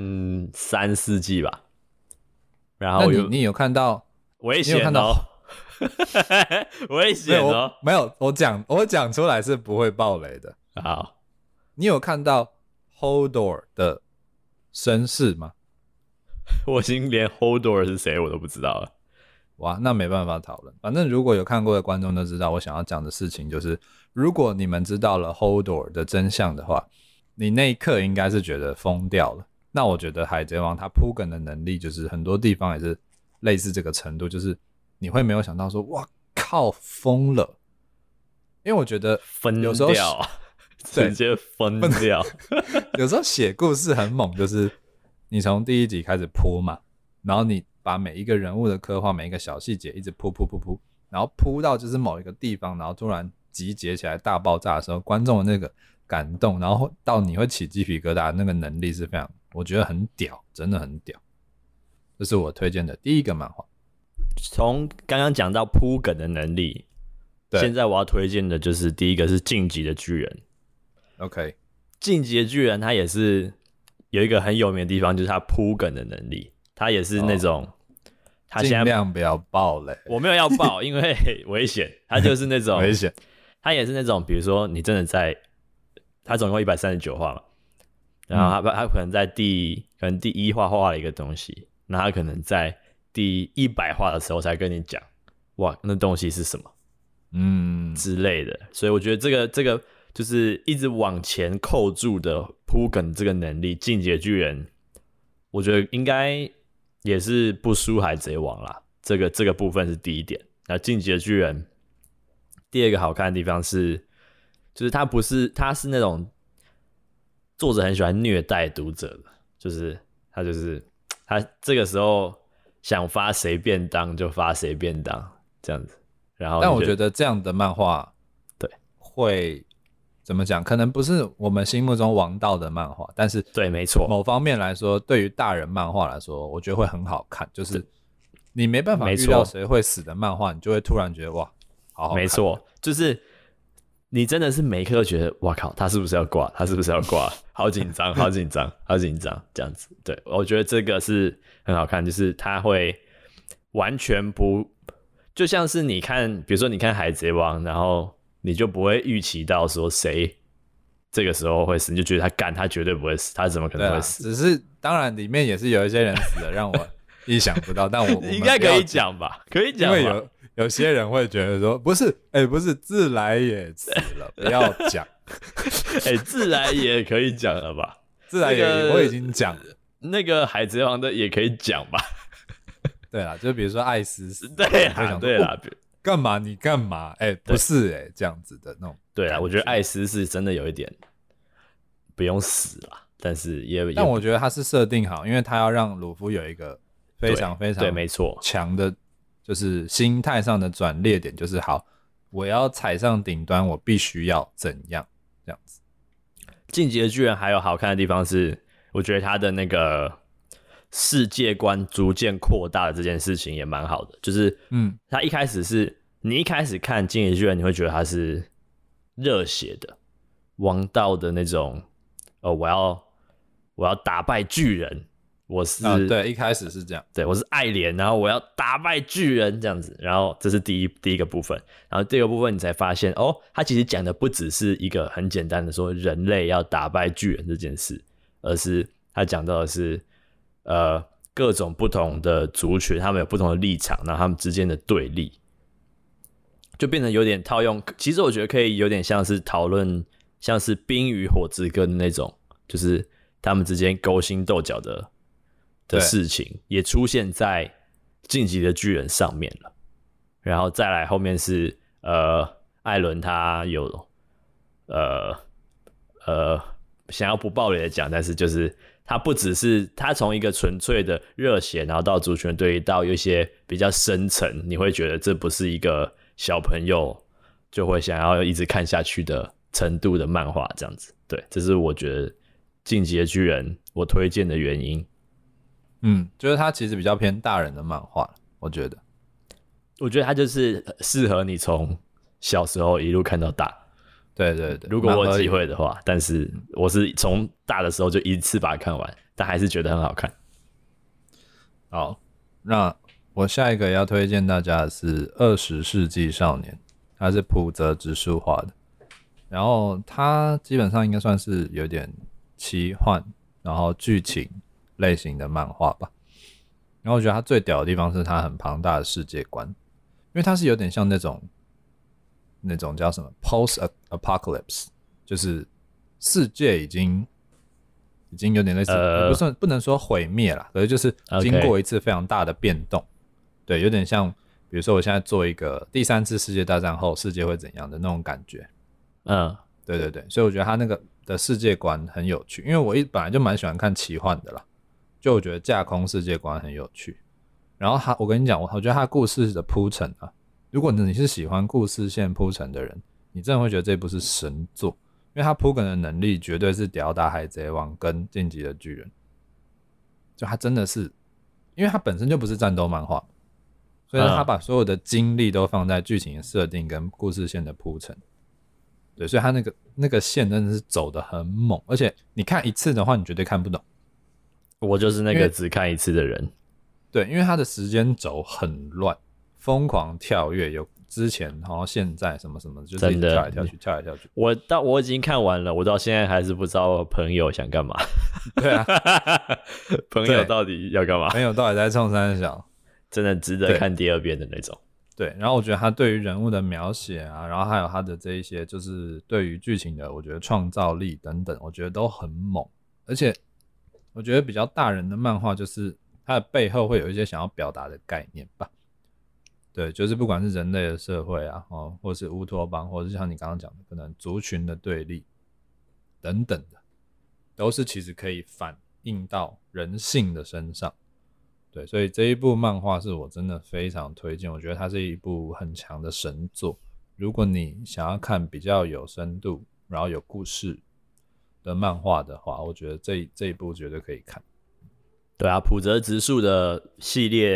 3、4季吧。然后你有看到？ 危险哦！危险哦！ 没有，我讲出来是不会爆雷的。 好， 你有看到 Hodor 的身世吗？ 我已经连 Hodor 是谁我都不知道了。 哇，那没办法讨论。反正如果有看过的观众都知道，我想要讲的事情就是，如果你们知道了 Hodor 的真相的话，你那一刻应该是觉得疯掉了。那我觉得海贼王它铺梗的能力，就是很多地方也是类似这个程度，就是你会没有想到说，哇靠，疯了！因为我觉得有时候直接分掉。 有时候写故事很猛，就是你从第1集开始铺嘛，然后你把每一个人物的刻画、每一个小细节一直铺，然后铺到就是某一个地方，然后突然集结起来大爆炸的时候，观众的那个感动，然后到你会起鸡皮疙瘩的那个能力是非常，我觉得很屌，真的很屌。这是我推荐的第一个漫画。 从刚刚讲到铺梗的能力，现在我要推荐的就是第一个是晋级的巨人。 OK， 晋级的巨人他也是有一个很有名的地方，就是他铺梗的能力。他也是那种，他现在尽量不要爆雷， 我没有要爆，因为危险。他就是那种危险， 他也是那种，比如说你真的在，他总共139话嘛，然后他可能在第1话画了一个东西，那他可能在第100话的时候才跟你讲，哇，那东西是什么，之类的。所以我觉得这个就是一直往前扣住的铺梗这个能力，进阶巨人，我觉得应该也是不输海贼王啦。这个部分是第一点。那进阶巨人第二个好看的地方是，就是他是那种作者很喜欢虐待读者的，就是他这个时候想发谁便当就发谁便当这样子。然后但我觉得这样的漫画对会怎么讲，可能不是我们心目中王道的漫画，但是对，没错， 某方面来说，对于大人漫画来说，我觉得会很好看，就是你没办法预料谁会死的漫画，你就会突然觉得哇，好好看。 没错，就是你真的是每一刻都觉得哇靠，他是不是要挂？他是不是要挂？好紧张，好紧张，好紧张，这样子。对，我觉得这个是很好看，就是他会完全不，就像是你看，比如说你看《海贼王》，然后你就不会预期到说谁这个时候会死，你就觉得他绝对不会死，他怎么可能会死？ 只是当然里面也是有一些人死了，让我意想不到。但我应该可以讲吧？可以讲吧， 因为有些人会觉得说，不是，不是自来也死了，不要讲。 自来也可以讲了吧？ 自来也我已经讲了。 那个海贼王的也可以讲吧？ 对啦，就比如说艾斯死， 对啦，对啦， 干嘛你干嘛？不是这样子的那种。 对啦，我觉得艾斯是真的有一点不用死啦，但我觉得他是设定好，因为他要让鲁夫有一个非常非常没错强的。就是心态上的转捩点，就是好，我要踩上顶端，我必须要怎样这样子。 进击的巨人还有好看的地方是，我觉得他的那个世界观逐渐扩大的这件事情也蛮好的。就是他一开始是你一开始看进击的巨人，你会觉得他是热血的、王道的那种，我要打败巨人。我是对，一开始是这样。 对，我是爱莲，然后我要打败巨人这样子，然后这是第一个部分，然后第二个部分你才发现，他其实讲的不只是一个很简单的说人类要打败巨人这件事，而是他讲到的是各种不同的族群，他们有不同的立场，然后他们之间的对立，就变成有点套用。其实我觉得可以有点像是讨论，像是冰与火之歌的那种，就是他们之间勾心斗角的事情也出现在晋级的巨人上面了，然后再来后面是艾伦他有想要不爆雷的讲，但是就是他不只是他从一个纯粹的热血，然后到族群对立，到有一些比较深层，你会觉得这不是一个小朋友就会想要一直看下去的程度的漫画这样子。对，这是我觉得晋级的巨人我推荐的原因。 就是它其实比较偏大人的漫画，我觉得它就是适合你从小时候一路看到大。 对对对， 如果我有机会的话，但是我是从大的时候就一次把它看完，但还是觉得很好看。 好，那我下一个要推荐大家的是《20世纪少年》，它是浦泽直树画的，然后它基本上应该算是有点奇幻，然后剧情类型的漫画吧。然后我觉得它最屌的地方是它很庞大的世界观，因为它是有点像那种叫什么 post apocalypse， 就是世界已经有点类似，不能说毁灭啦，可是就是经过一次非常大的变动。对，有点像比如说我现在做一个第3次世界大战后世界会怎样的那种感觉。对对对，所以我觉得它那个的世界观很有趣，因为我本来就蛮喜欢看奇幻的啦，就我觉得架空世界观很有趣。然后我跟你讲，我觉得它故事的铺陈啊，如果你是喜欢故事线铺陈的人，你真的会觉得这部是神作，因为它铺梗的能力绝对是吊打海贼王跟进击的巨人。就它真的是，因为它本身就不是战斗漫画，所以它把所有的精力都放在剧情的设定跟故事线的铺陈。对，所以它那个线真的是走得很猛，而且你看一次的话，你绝对看不懂。 我就是那个只看一次的人。 对，因为它的时间轴很乱，疯狂跳跃，有之前然后现在什么什么，就是一直跳来跳去，跳来跳去。 我已经看完了，我到现在还是不知道我朋友想干嘛。 对啊， 朋友到底要干嘛？ 朋友到底在冲三小， 真的值得看第二遍的那种。 对，然后我觉得他对于人物的描写啊，然后还有他的这一些，就是对于剧情的，我觉得创造力等等，我觉得都很猛。而且我觉得比较大人的漫画，就是它的背后会有一些想要表达的概念吧。对，就是不管是人类的社会啊，或是乌托邦，或者是像你刚刚讲的，可能族群的对立等等的，都是其实可以反映到人性的身上。对，所以这一部漫画是我真的非常推荐，我觉得它是一部很强的神作。如果你想要看比较有深度，然后有故事的漫画的话，我觉得这一部绝对可以看。 对啊，浦泽直树的系列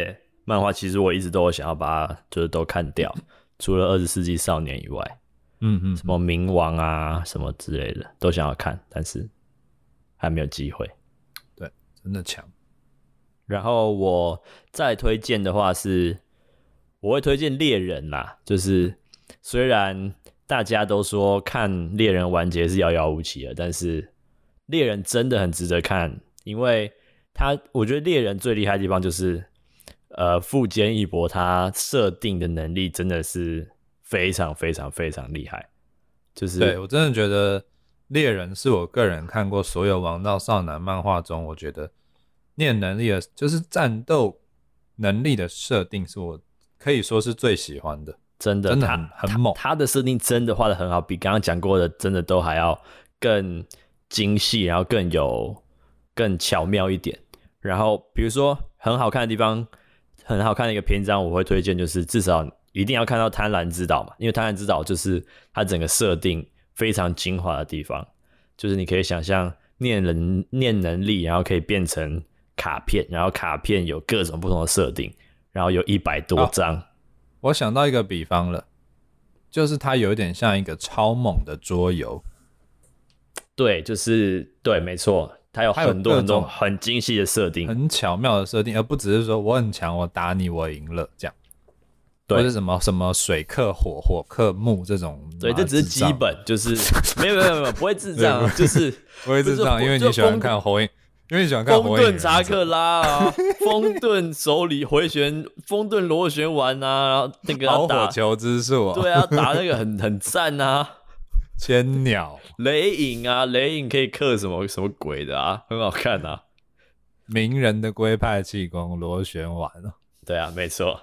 漫画，其实我一直都有想要把它就是都看掉，除了20世纪少年以外，什么冥王啊什么之类的都想要看，但是还没有机会。 对，真的强。 然后我再推荐的话是，我会推荐猎人啦，就是虽然大家都说看猎人完结是遥遥无期的，但是猎人真的很值得看，因为我觉得猎人最厉害的地方就是富坚义博他设定的能力真的是非常非常非常厉害，就是对，我真的觉得猎人是我个人看过所有王道少男漫画中，我觉得念能力的就是战斗能力的设定是我可以说是最喜欢的， 真的很猛， 他的设定真的画得很好，比刚刚讲过的真的都还要更精细，然后更巧妙一点。然后比如说很好看的地方，很好看的一个篇章，我会推荐就是至少一定要看到贪婪之岛嘛，因为贪婪之岛就是它整个设定非常精华的地方，就是你可以想象念能力，然后可以变成卡片，然后卡片有各种不同的设定，然后有100多张。 我想到一个比方了，就是它有一点像一个超猛的桌游。 对，就是对，没错，它有很多很多很精细的设定， 很巧妙的设定，而不只是说我很强，我打你，我赢了这样。 对， 或者什么水克火，火克木这种。 对，这只是基本，就是没有，不会智障，就是不会智障，因为你喜欢看火影。因为你喜欢看风遁查克拉啊，风遁手里回旋，风遁螺旋丸啊，然后那个要打火球之术啊， 对啊，打那个很赞啊， 千鸟雷影啊，雷影可以克什么鬼的啊，很好看啊， 鸣人的龟派气功螺旋丸啊， 对啊，没错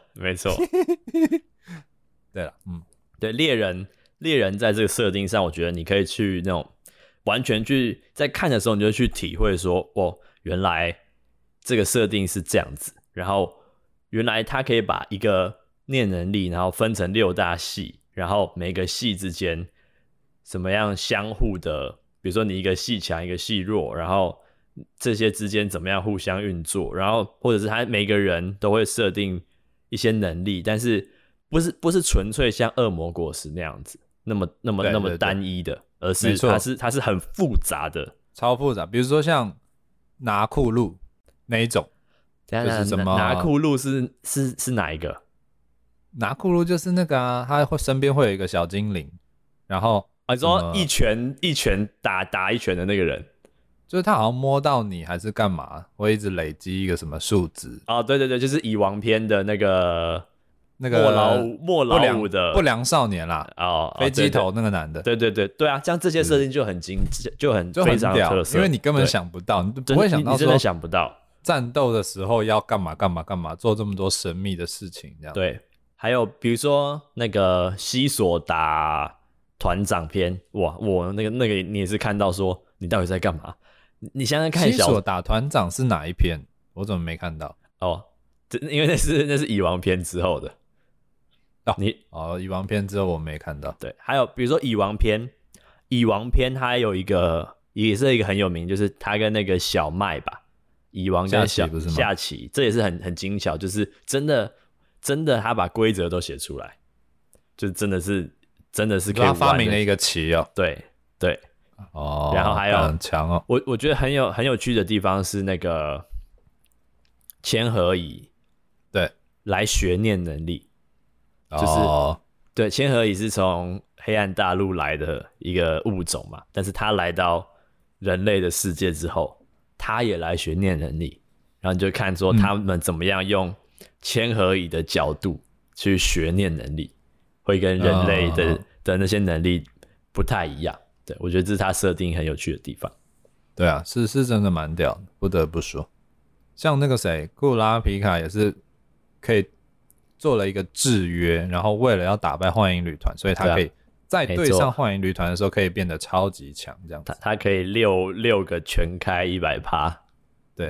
对了， 对，猎人在这个设定上，我觉得你可以去那种完全去在看的时候，你就去体会说，哦，原来这个设定是这样子，然后原来他可以把一个念能力，然后分成6大系，然后每个系之间怎么样相互的，比如说你一个系强一个系弱，然后这些之间怎么样互相运作，然后或者是他每个人都会设定一些能力，但是不是纯粹像恶魔果实那样子那么单一的。而是它是很复杂的， 超复杂。比如说像拿库路那一种，就是什么拿库路是哪一个？ 拿库路就是那个啊，他身边会有一个小精灵，然后你说一拳打一拳的那个人， 就是他好像摸到你还是干嘛，会一直累积一个什么数值。 哦，对，就是蚁王篇的那个莫老五的不良少年啦，飞机头那个男的， 对啊，像这些设定就很就很非常有特色， 因为你根本想不到，你不会想到说你真的想不到战斗的时候要干嘛，做这么多神秘的事情，这样。 对，还有比如说那个西索打团长篇，哇，我那个你也是看到说你到底在干嘛？你想想看， 西索打团长是哪一篇？我怎么没看到？ 哦，因为那是蚁王篇之后的。 蚁王篇之后我没看到。 对，还有比如说蚁王篇它有一个也是一个很有名，就是他跟那个小麦吧，蚁王跟下棋，这也是很精巧，就是真的他把规则都写出来，就是真的是可以玩的。 他发明了一个棋哦。 对， 哦， 然后还有很强哦。 我觉得很有趣的地方是那个千和乙对来学念能力。就是对，千和乙是从黑暗大陆来的一个物种嘛，但是他来到人类的世界之后，他也来学念能力，然后你就看说他们怎么样用千和乙的角度去学念能力，会跟人类的那些能力不太一样。对，我觉得这是他设定很有趣的地方。 对啊，是真的蛮屌的，不得不说。像那个谁，库拉皮卡也是可以做了一个制约，然后为了要打败幻影旅团，所以他可以在对上幻影旅团的时候可以变得超级强，这样子。 他可以六个全开100%， 对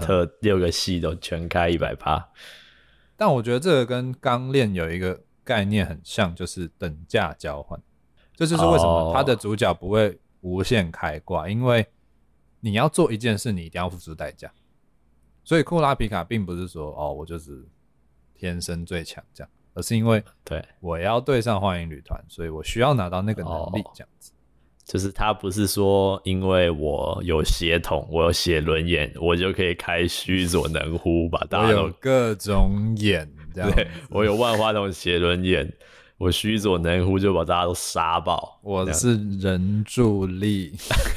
，6个系都全开100%。 但我觉得这个跟钢炼有一个概念很像，就是等价交换。这就是为什么他的主角不会无限开挂，因为你要做一件事，你一定要付出代价。所以库拉皮卡并不是说我就是天生最强这样，而是因为我要对上幻影旅团，所以我需要拿到那个能力这样子。 就是他不是说因为我有血统，我有血轮眼，我就可以开须佐能乎把大家都我有各种眼这样子。 对，我有万花筒血轮眼，我须佐能乎就把大家都杀爆。 我是人柱力。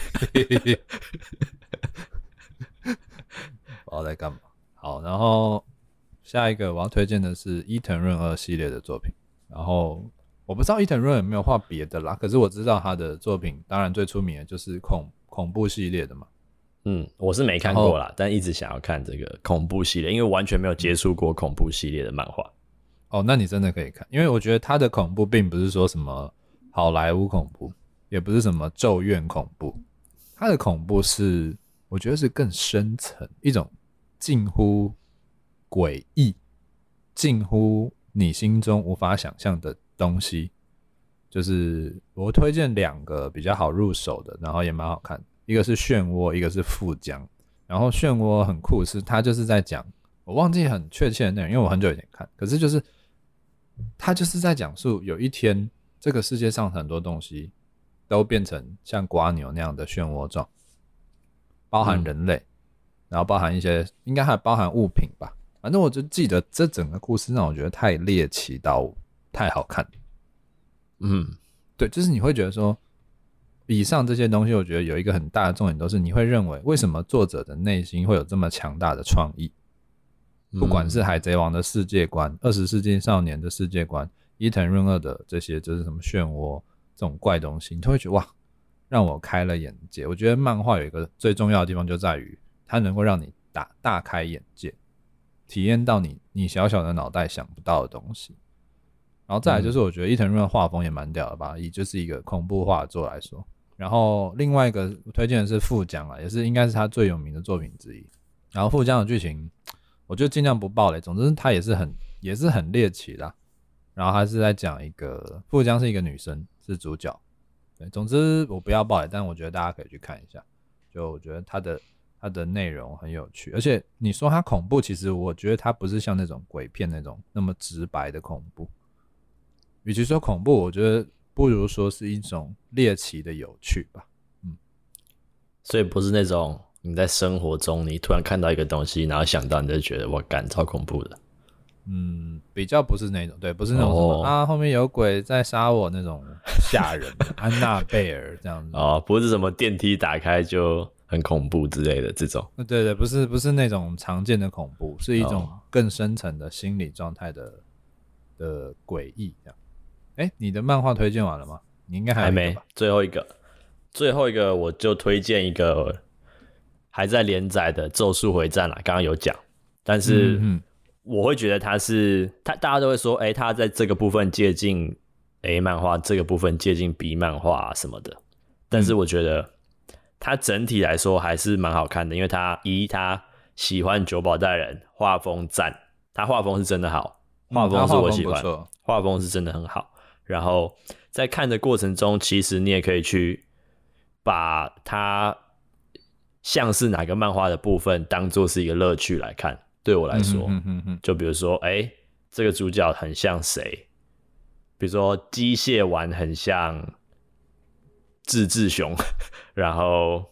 不知道在干嘛。好，然后下一个我要推荐的是伊藤润二系列的作品。然后我不知道伊藤润二有没有画别的啦，可是我知道他的作品，当然最出名的就是恐怖系列的嘛。 我是没看过啦，但一直想要看这个恐怖系列，因为完全没有接触过恐怖系列的漫画。 哦，那你真的可以看，因为我觉得他的恐怖并不是说什么好莱坞恐怖，也不是什么咒怨恐怖，他的恐怖是我觉得是更深层，一种近乎诡异，近乎你心中无法想象的东西。就是我推荐2个比较好入手的，然后也蛮好看的，一个是漩涡，一个是富江。然后漩涡很酷，是他就是在讲，我忘记很确切的内容，因为我很久以前看，可是就是他就是在讲述有一天这个世界上很多东西都变成像蝸牛那样的漩涡状，包含人类，然后包含一些应该还包含物品吧，反正我就记得这整个故事让我觉得太猎奇到太好看。对，就是你会觉得说以上这些东西，我觉得有一个很大的重点都是你会认为为什么作者的内心会有这么强大的创意，不管是海贼王的世界观、20世纪少年的世界观、伊藤润二的这些就是什么漩涡这种怪东西，你都会觉得哇，让我开了眼界。我觉得漫画有一个最重要的地方就在于它能够让你大开眼界，体验到你小小的脑袋想不到的东西。然后再来就是我觉得伊藤润二画风也蛮屌的吧，以就是一个恐怖画作来说。然后另外一个我推荐的是富江啊，也是应该是他最有名的作品之一。然后富江的剧情我就尽量不爆雷，总之他也是很猎奇啦。然后他是在讲一个富江是一个女生，是主角。对，总之我不要爆雷，但我觉得大家可以去看一下。就我觉得他的内容很有趣，而且你说他恐怖，其实我觉得他不是像那种鬼片那种那么直白的恐怖。与其说恐怖，我觉得不如说是一种猎奇的有趣吧。 所以不是那种你在生活中你突然看到一个东西，然后想到你就觉得哇干超恐怖的。 比较不是那种，对，不是那种什么后面有鬼在杀我那种吓人的安娜贝尔这样子。 不是什么电梯打开就很恐怖之类的这种。 对，不是那种常见的恐怖，是一种更深层的心理状态的诡异这样。你的漫画推荐完了吗？你应该还没，最后一个我就推荐一个还在连载的《咒术回战》啦，刚刚有讲，但是我会觉得大家都会说，他在这个部分接近 A 漫画，这个部分接近 B 漫画什么的，但是我觉得他整体来说还是蛮好看的，因为他喜欢久保带人，画风赞，他画风是真的好，画风是我喜欢，画风是真的很好。然后在看的过程中，其实你也可以去把它像是哪个漫画的部分当作是一个乐趣来看。对我来说，就比如说，这个主角很像谁？比如说机械丸很像志雄，然后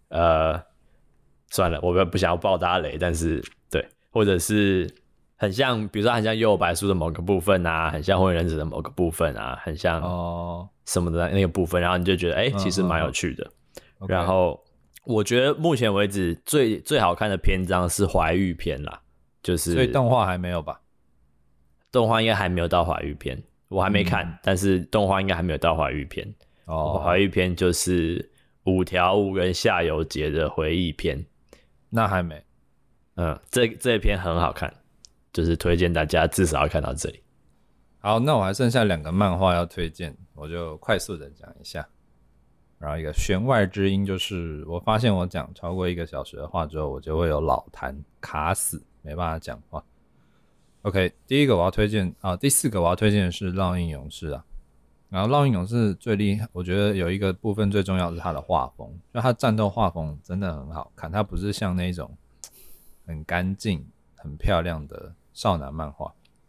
算了，我不想要爆大家雷，但是对，或者是很像，比如说很像幽游白书的某个部分啊，很像火影忍者的某个部分啊，很像什么的那个部分，然后你就觉得其实蛮有趣的。然后我觉得目前为止最好看的篇章是怀玉篇啦，就是所以动画还没有吧？ 动画应该还没有到怀玉篇，我还没看，但是动画应该还没有到怀玉篇。怀玉篇就是5条悟跟夏油杰的回忆篇， 那还没。 这一篇很好看。就是推荐大家至少要看到这里。 好，那我还剩下2个漫画要推荐，我就快速的讲一下。然后一个弦外之音，就是我发现我讲超过1个小时的话之后，我就会有老痰卡死，没办法讲话。OK， 第4个我要推荐的是烙印勇士啊。然后烙印勇士最厉害，我觉得有一个部分最重要是它的画风，就它战斗画风真的很好看，它不是像那种很干净、很漂亮的少男漫画，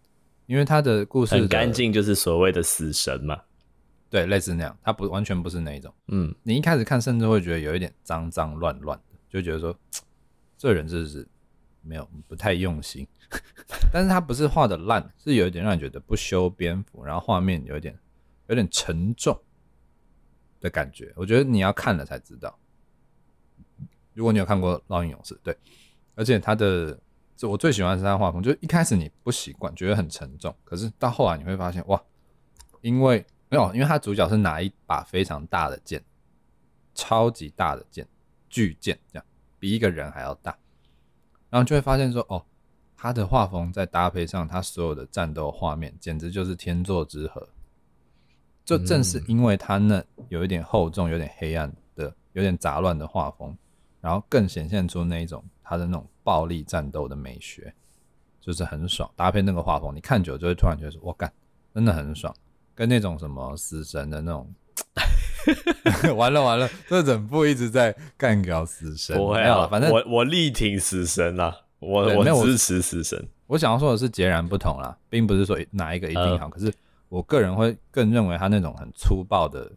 因为他的故事很干净，就是所谓的死神嘛。 对，类似那样，他完全不是那一种。你一开始看甚至会觉得有一点脏脏乱乱的，就觉得说这人是不太用心。但是他不是画的烂，是有一点让你觉得不修边幅，然后画面有点沉重的感觉。我觉得你要看了才知道。如果你有看过《烙印勇士》，对，而且我最喜欢的是他的画风，就是一开始你不习惯，觉得很沉重，可是到后来你会发现，哇，因为他主角是拿一把非常大的剑，超级大的剑，巨剑，这样比一个人还要大，然后就会发现说，他的画风再搭配上他所有的战斗画面，简直就是天作之合。就正是因为他那有一点厚重、有点黑暗的、有点杂乱的画风，然后更显现出那一种他的那种暴力战斗的美学，就是很爽。搭配那个画风，你看久就会突然觉得说，哇干，真的很爽。跟那种什么死神的那种，完了，这整部一直在干掉死神。 不会啊，反正我力挺死神啦，我支持死神。 我想要说的是截然不同啦，并不是说哪一个一定好，可是我个人会更认为他那种很粗暴的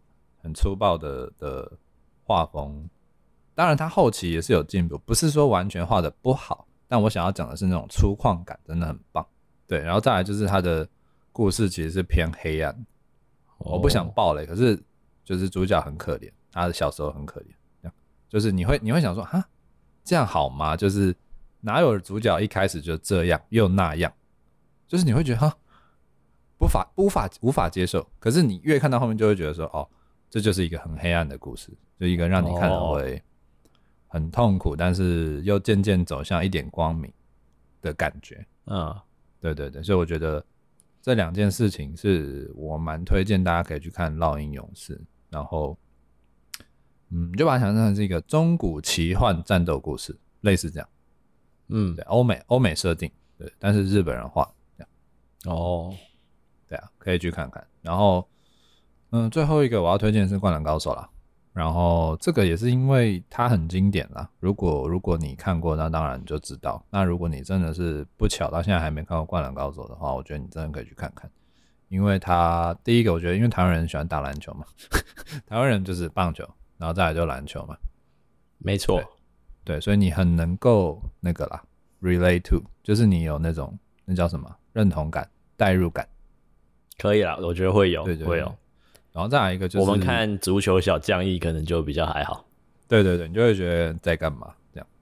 画风，当然他后期也是有进步，不是说完全画的不好，但我想要讲的是那种粗犷感真的很棒。对，然后再来就是他的故事其实是偏黑暗，我不想爆雷，可是就是主角很可怜，他的小时候很可怜，就是你会想说，哈，这样好吗？就是哪有主角一开始就这样又那样，就是你会觉得哈，无法接受。可是你越看到后面就会觉得说，这就是一个很黑暗的故事，就一个让你看了会很痛苦，但是又渐渐走向一点光明的感觉。对，所以我觉得这两件事情是我蛮推荐大家可以去看《烙印勇士》，然后你就把它想象成是一个中古奇幻战斗故事，类似这样。对，欧美设定，对，但是日本人画这样。对啊，可以去看看。然后最后一个我要推荐的是《灌篮高手》啦。然后这个也是因为它很经典啦，如果你看过，那当然就知道。那如果你真的是不巧到现在还没看过《灌篮高手》的话，我觉得你真的可以去看看。因为它第一个，我觉得因为台湾人喜欢打篮球嘛，台湾人就是棒球，然后再来就篮球嘛， 没错， 对，所以你很能够那个啦 ，relate to， 就是你有那种那叫什么认同感、代入感， 可以啦，我觉得会有， 对， 会有。 然后再来一个就是我们看足球小将翼可能就比较还好， 对，你就会觉得在干嘛这样。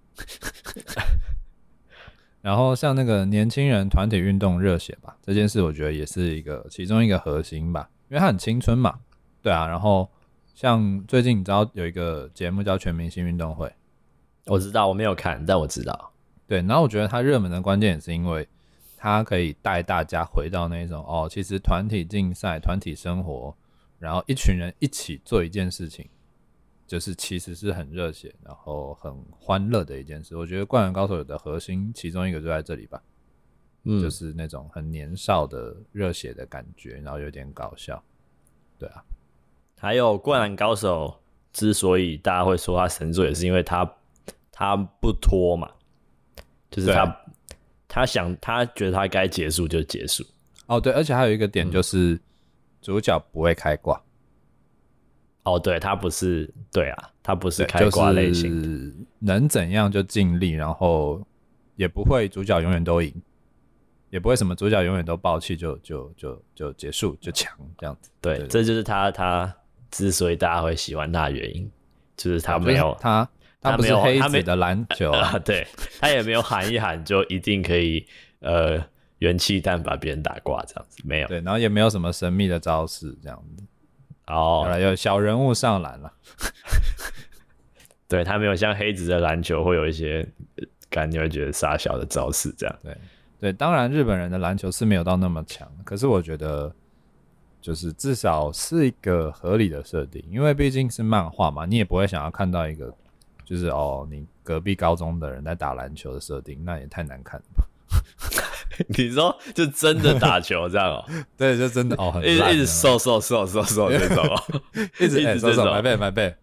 然后像那个年轻人团体运动热血吧，这件事我觉得也是其中一个核心吧，因为它很青春嘛，对啊。然后像最近你知道有一个节目叫全明星运动会， 我知道，我没有看，但我知道。 对，然后我觉得它热门的关键也是因为它可以带大家回到那种其实团体竞赛、团体生活。然后一群人一起做一件事情，就是其实是很热血，然后很欢乐的一件事。我觉得《灌篮高手》的核心其中一个就在这里吧，就是那种很年少的热血的感觉，然后有点搞笑。对啊， 还有《灌篮高手》之所以大家会说他神作，也是因为他不拖嘛，就是他觉得他该结束就结束。 对，而且还有一个点就是。主角不会开挂， 对，他不是，对啊，他不是开挂类型， 就是能怎样就尽力，然后也不会主角永远都赢，也不会什么主角永远都爆气就结束就强这样子。 对，这就是他之所以大家会喜欢他的原因，就是他没有他不是黑子的篮球对，他也没有喊一喊就一定可以元气弹把别人打挂这样子，没有。 对，然后也没有什么神秘的招式这样子。有小人物上篮了。 对，他没有像黑子的篮球会有一些你会觉得傻小的招式这样。 对，当然日本人的篮球是没有到那么强，可是我觉得就是至少是一个合理的设定，因为毕竟是漫画嘛，你也不会想要看到一个就是你隔壁高中的人在打篮球的设定，那也太难看了吧。 你说就真的打球这样对，就真的很一直瘦这种一直瘦买背买爆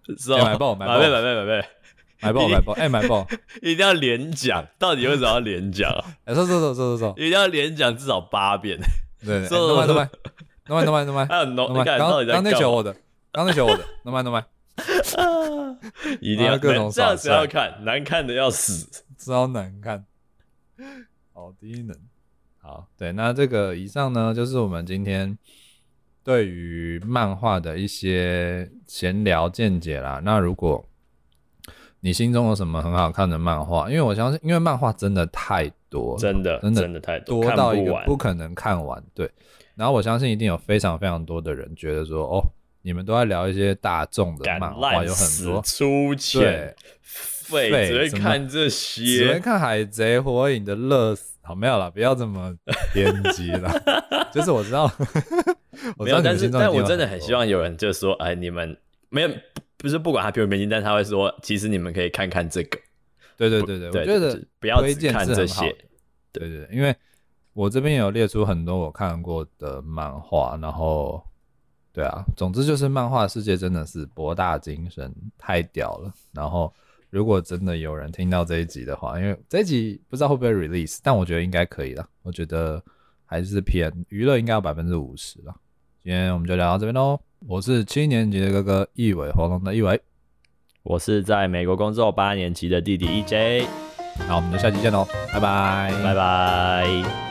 一定要连讲，到底为什么要连讲啊？ 瘦， 一定要连讲至少8遍。 对，弄麦， 还有弄麦， 刚那球我的，弄麦， 一定要各种这样子要看，难看的要死， 超难看，好低能。好，对，那这个以上呢，就是我们今天对于漫画的一些闲聊见解啦。那如果你心中有什么很好看的漫画，因为我相信，因为漫画真的太多， 真的太多到一个不可能看完。对，然后我相信一定有非常非常多的人觉得说，哦，你们都在聊一些大众的漫画，有很多粗浅废，只会看这些， 只会看海贼、火影的乐死。好，没有啦，不要这么偏激啦。就是我知道， 没有，但我真的很希望有人就说，哎，你们没有，不是不管他偏不偏激，但他会说，其实你们可以看看这个。 对，我觉得不要只看这些。 对，因为我这边有列出很多我看过的漫画，然后对啊，总之就是漫画世界真的是博大精深，太屌了。然后如果真的有人听到这一集的话，因为这一集不知道会不会 release， 但我觉得应该可以啦。我觉得还是偏娱乐应该有 50% 啦。今天我们就聊到这边咯。我是7年级的哥哥一伟，黄龙的一伟。 我是在美国工作8年级的弟弟 EJ。 那我们就下期见咯，拜拜， 拜拜。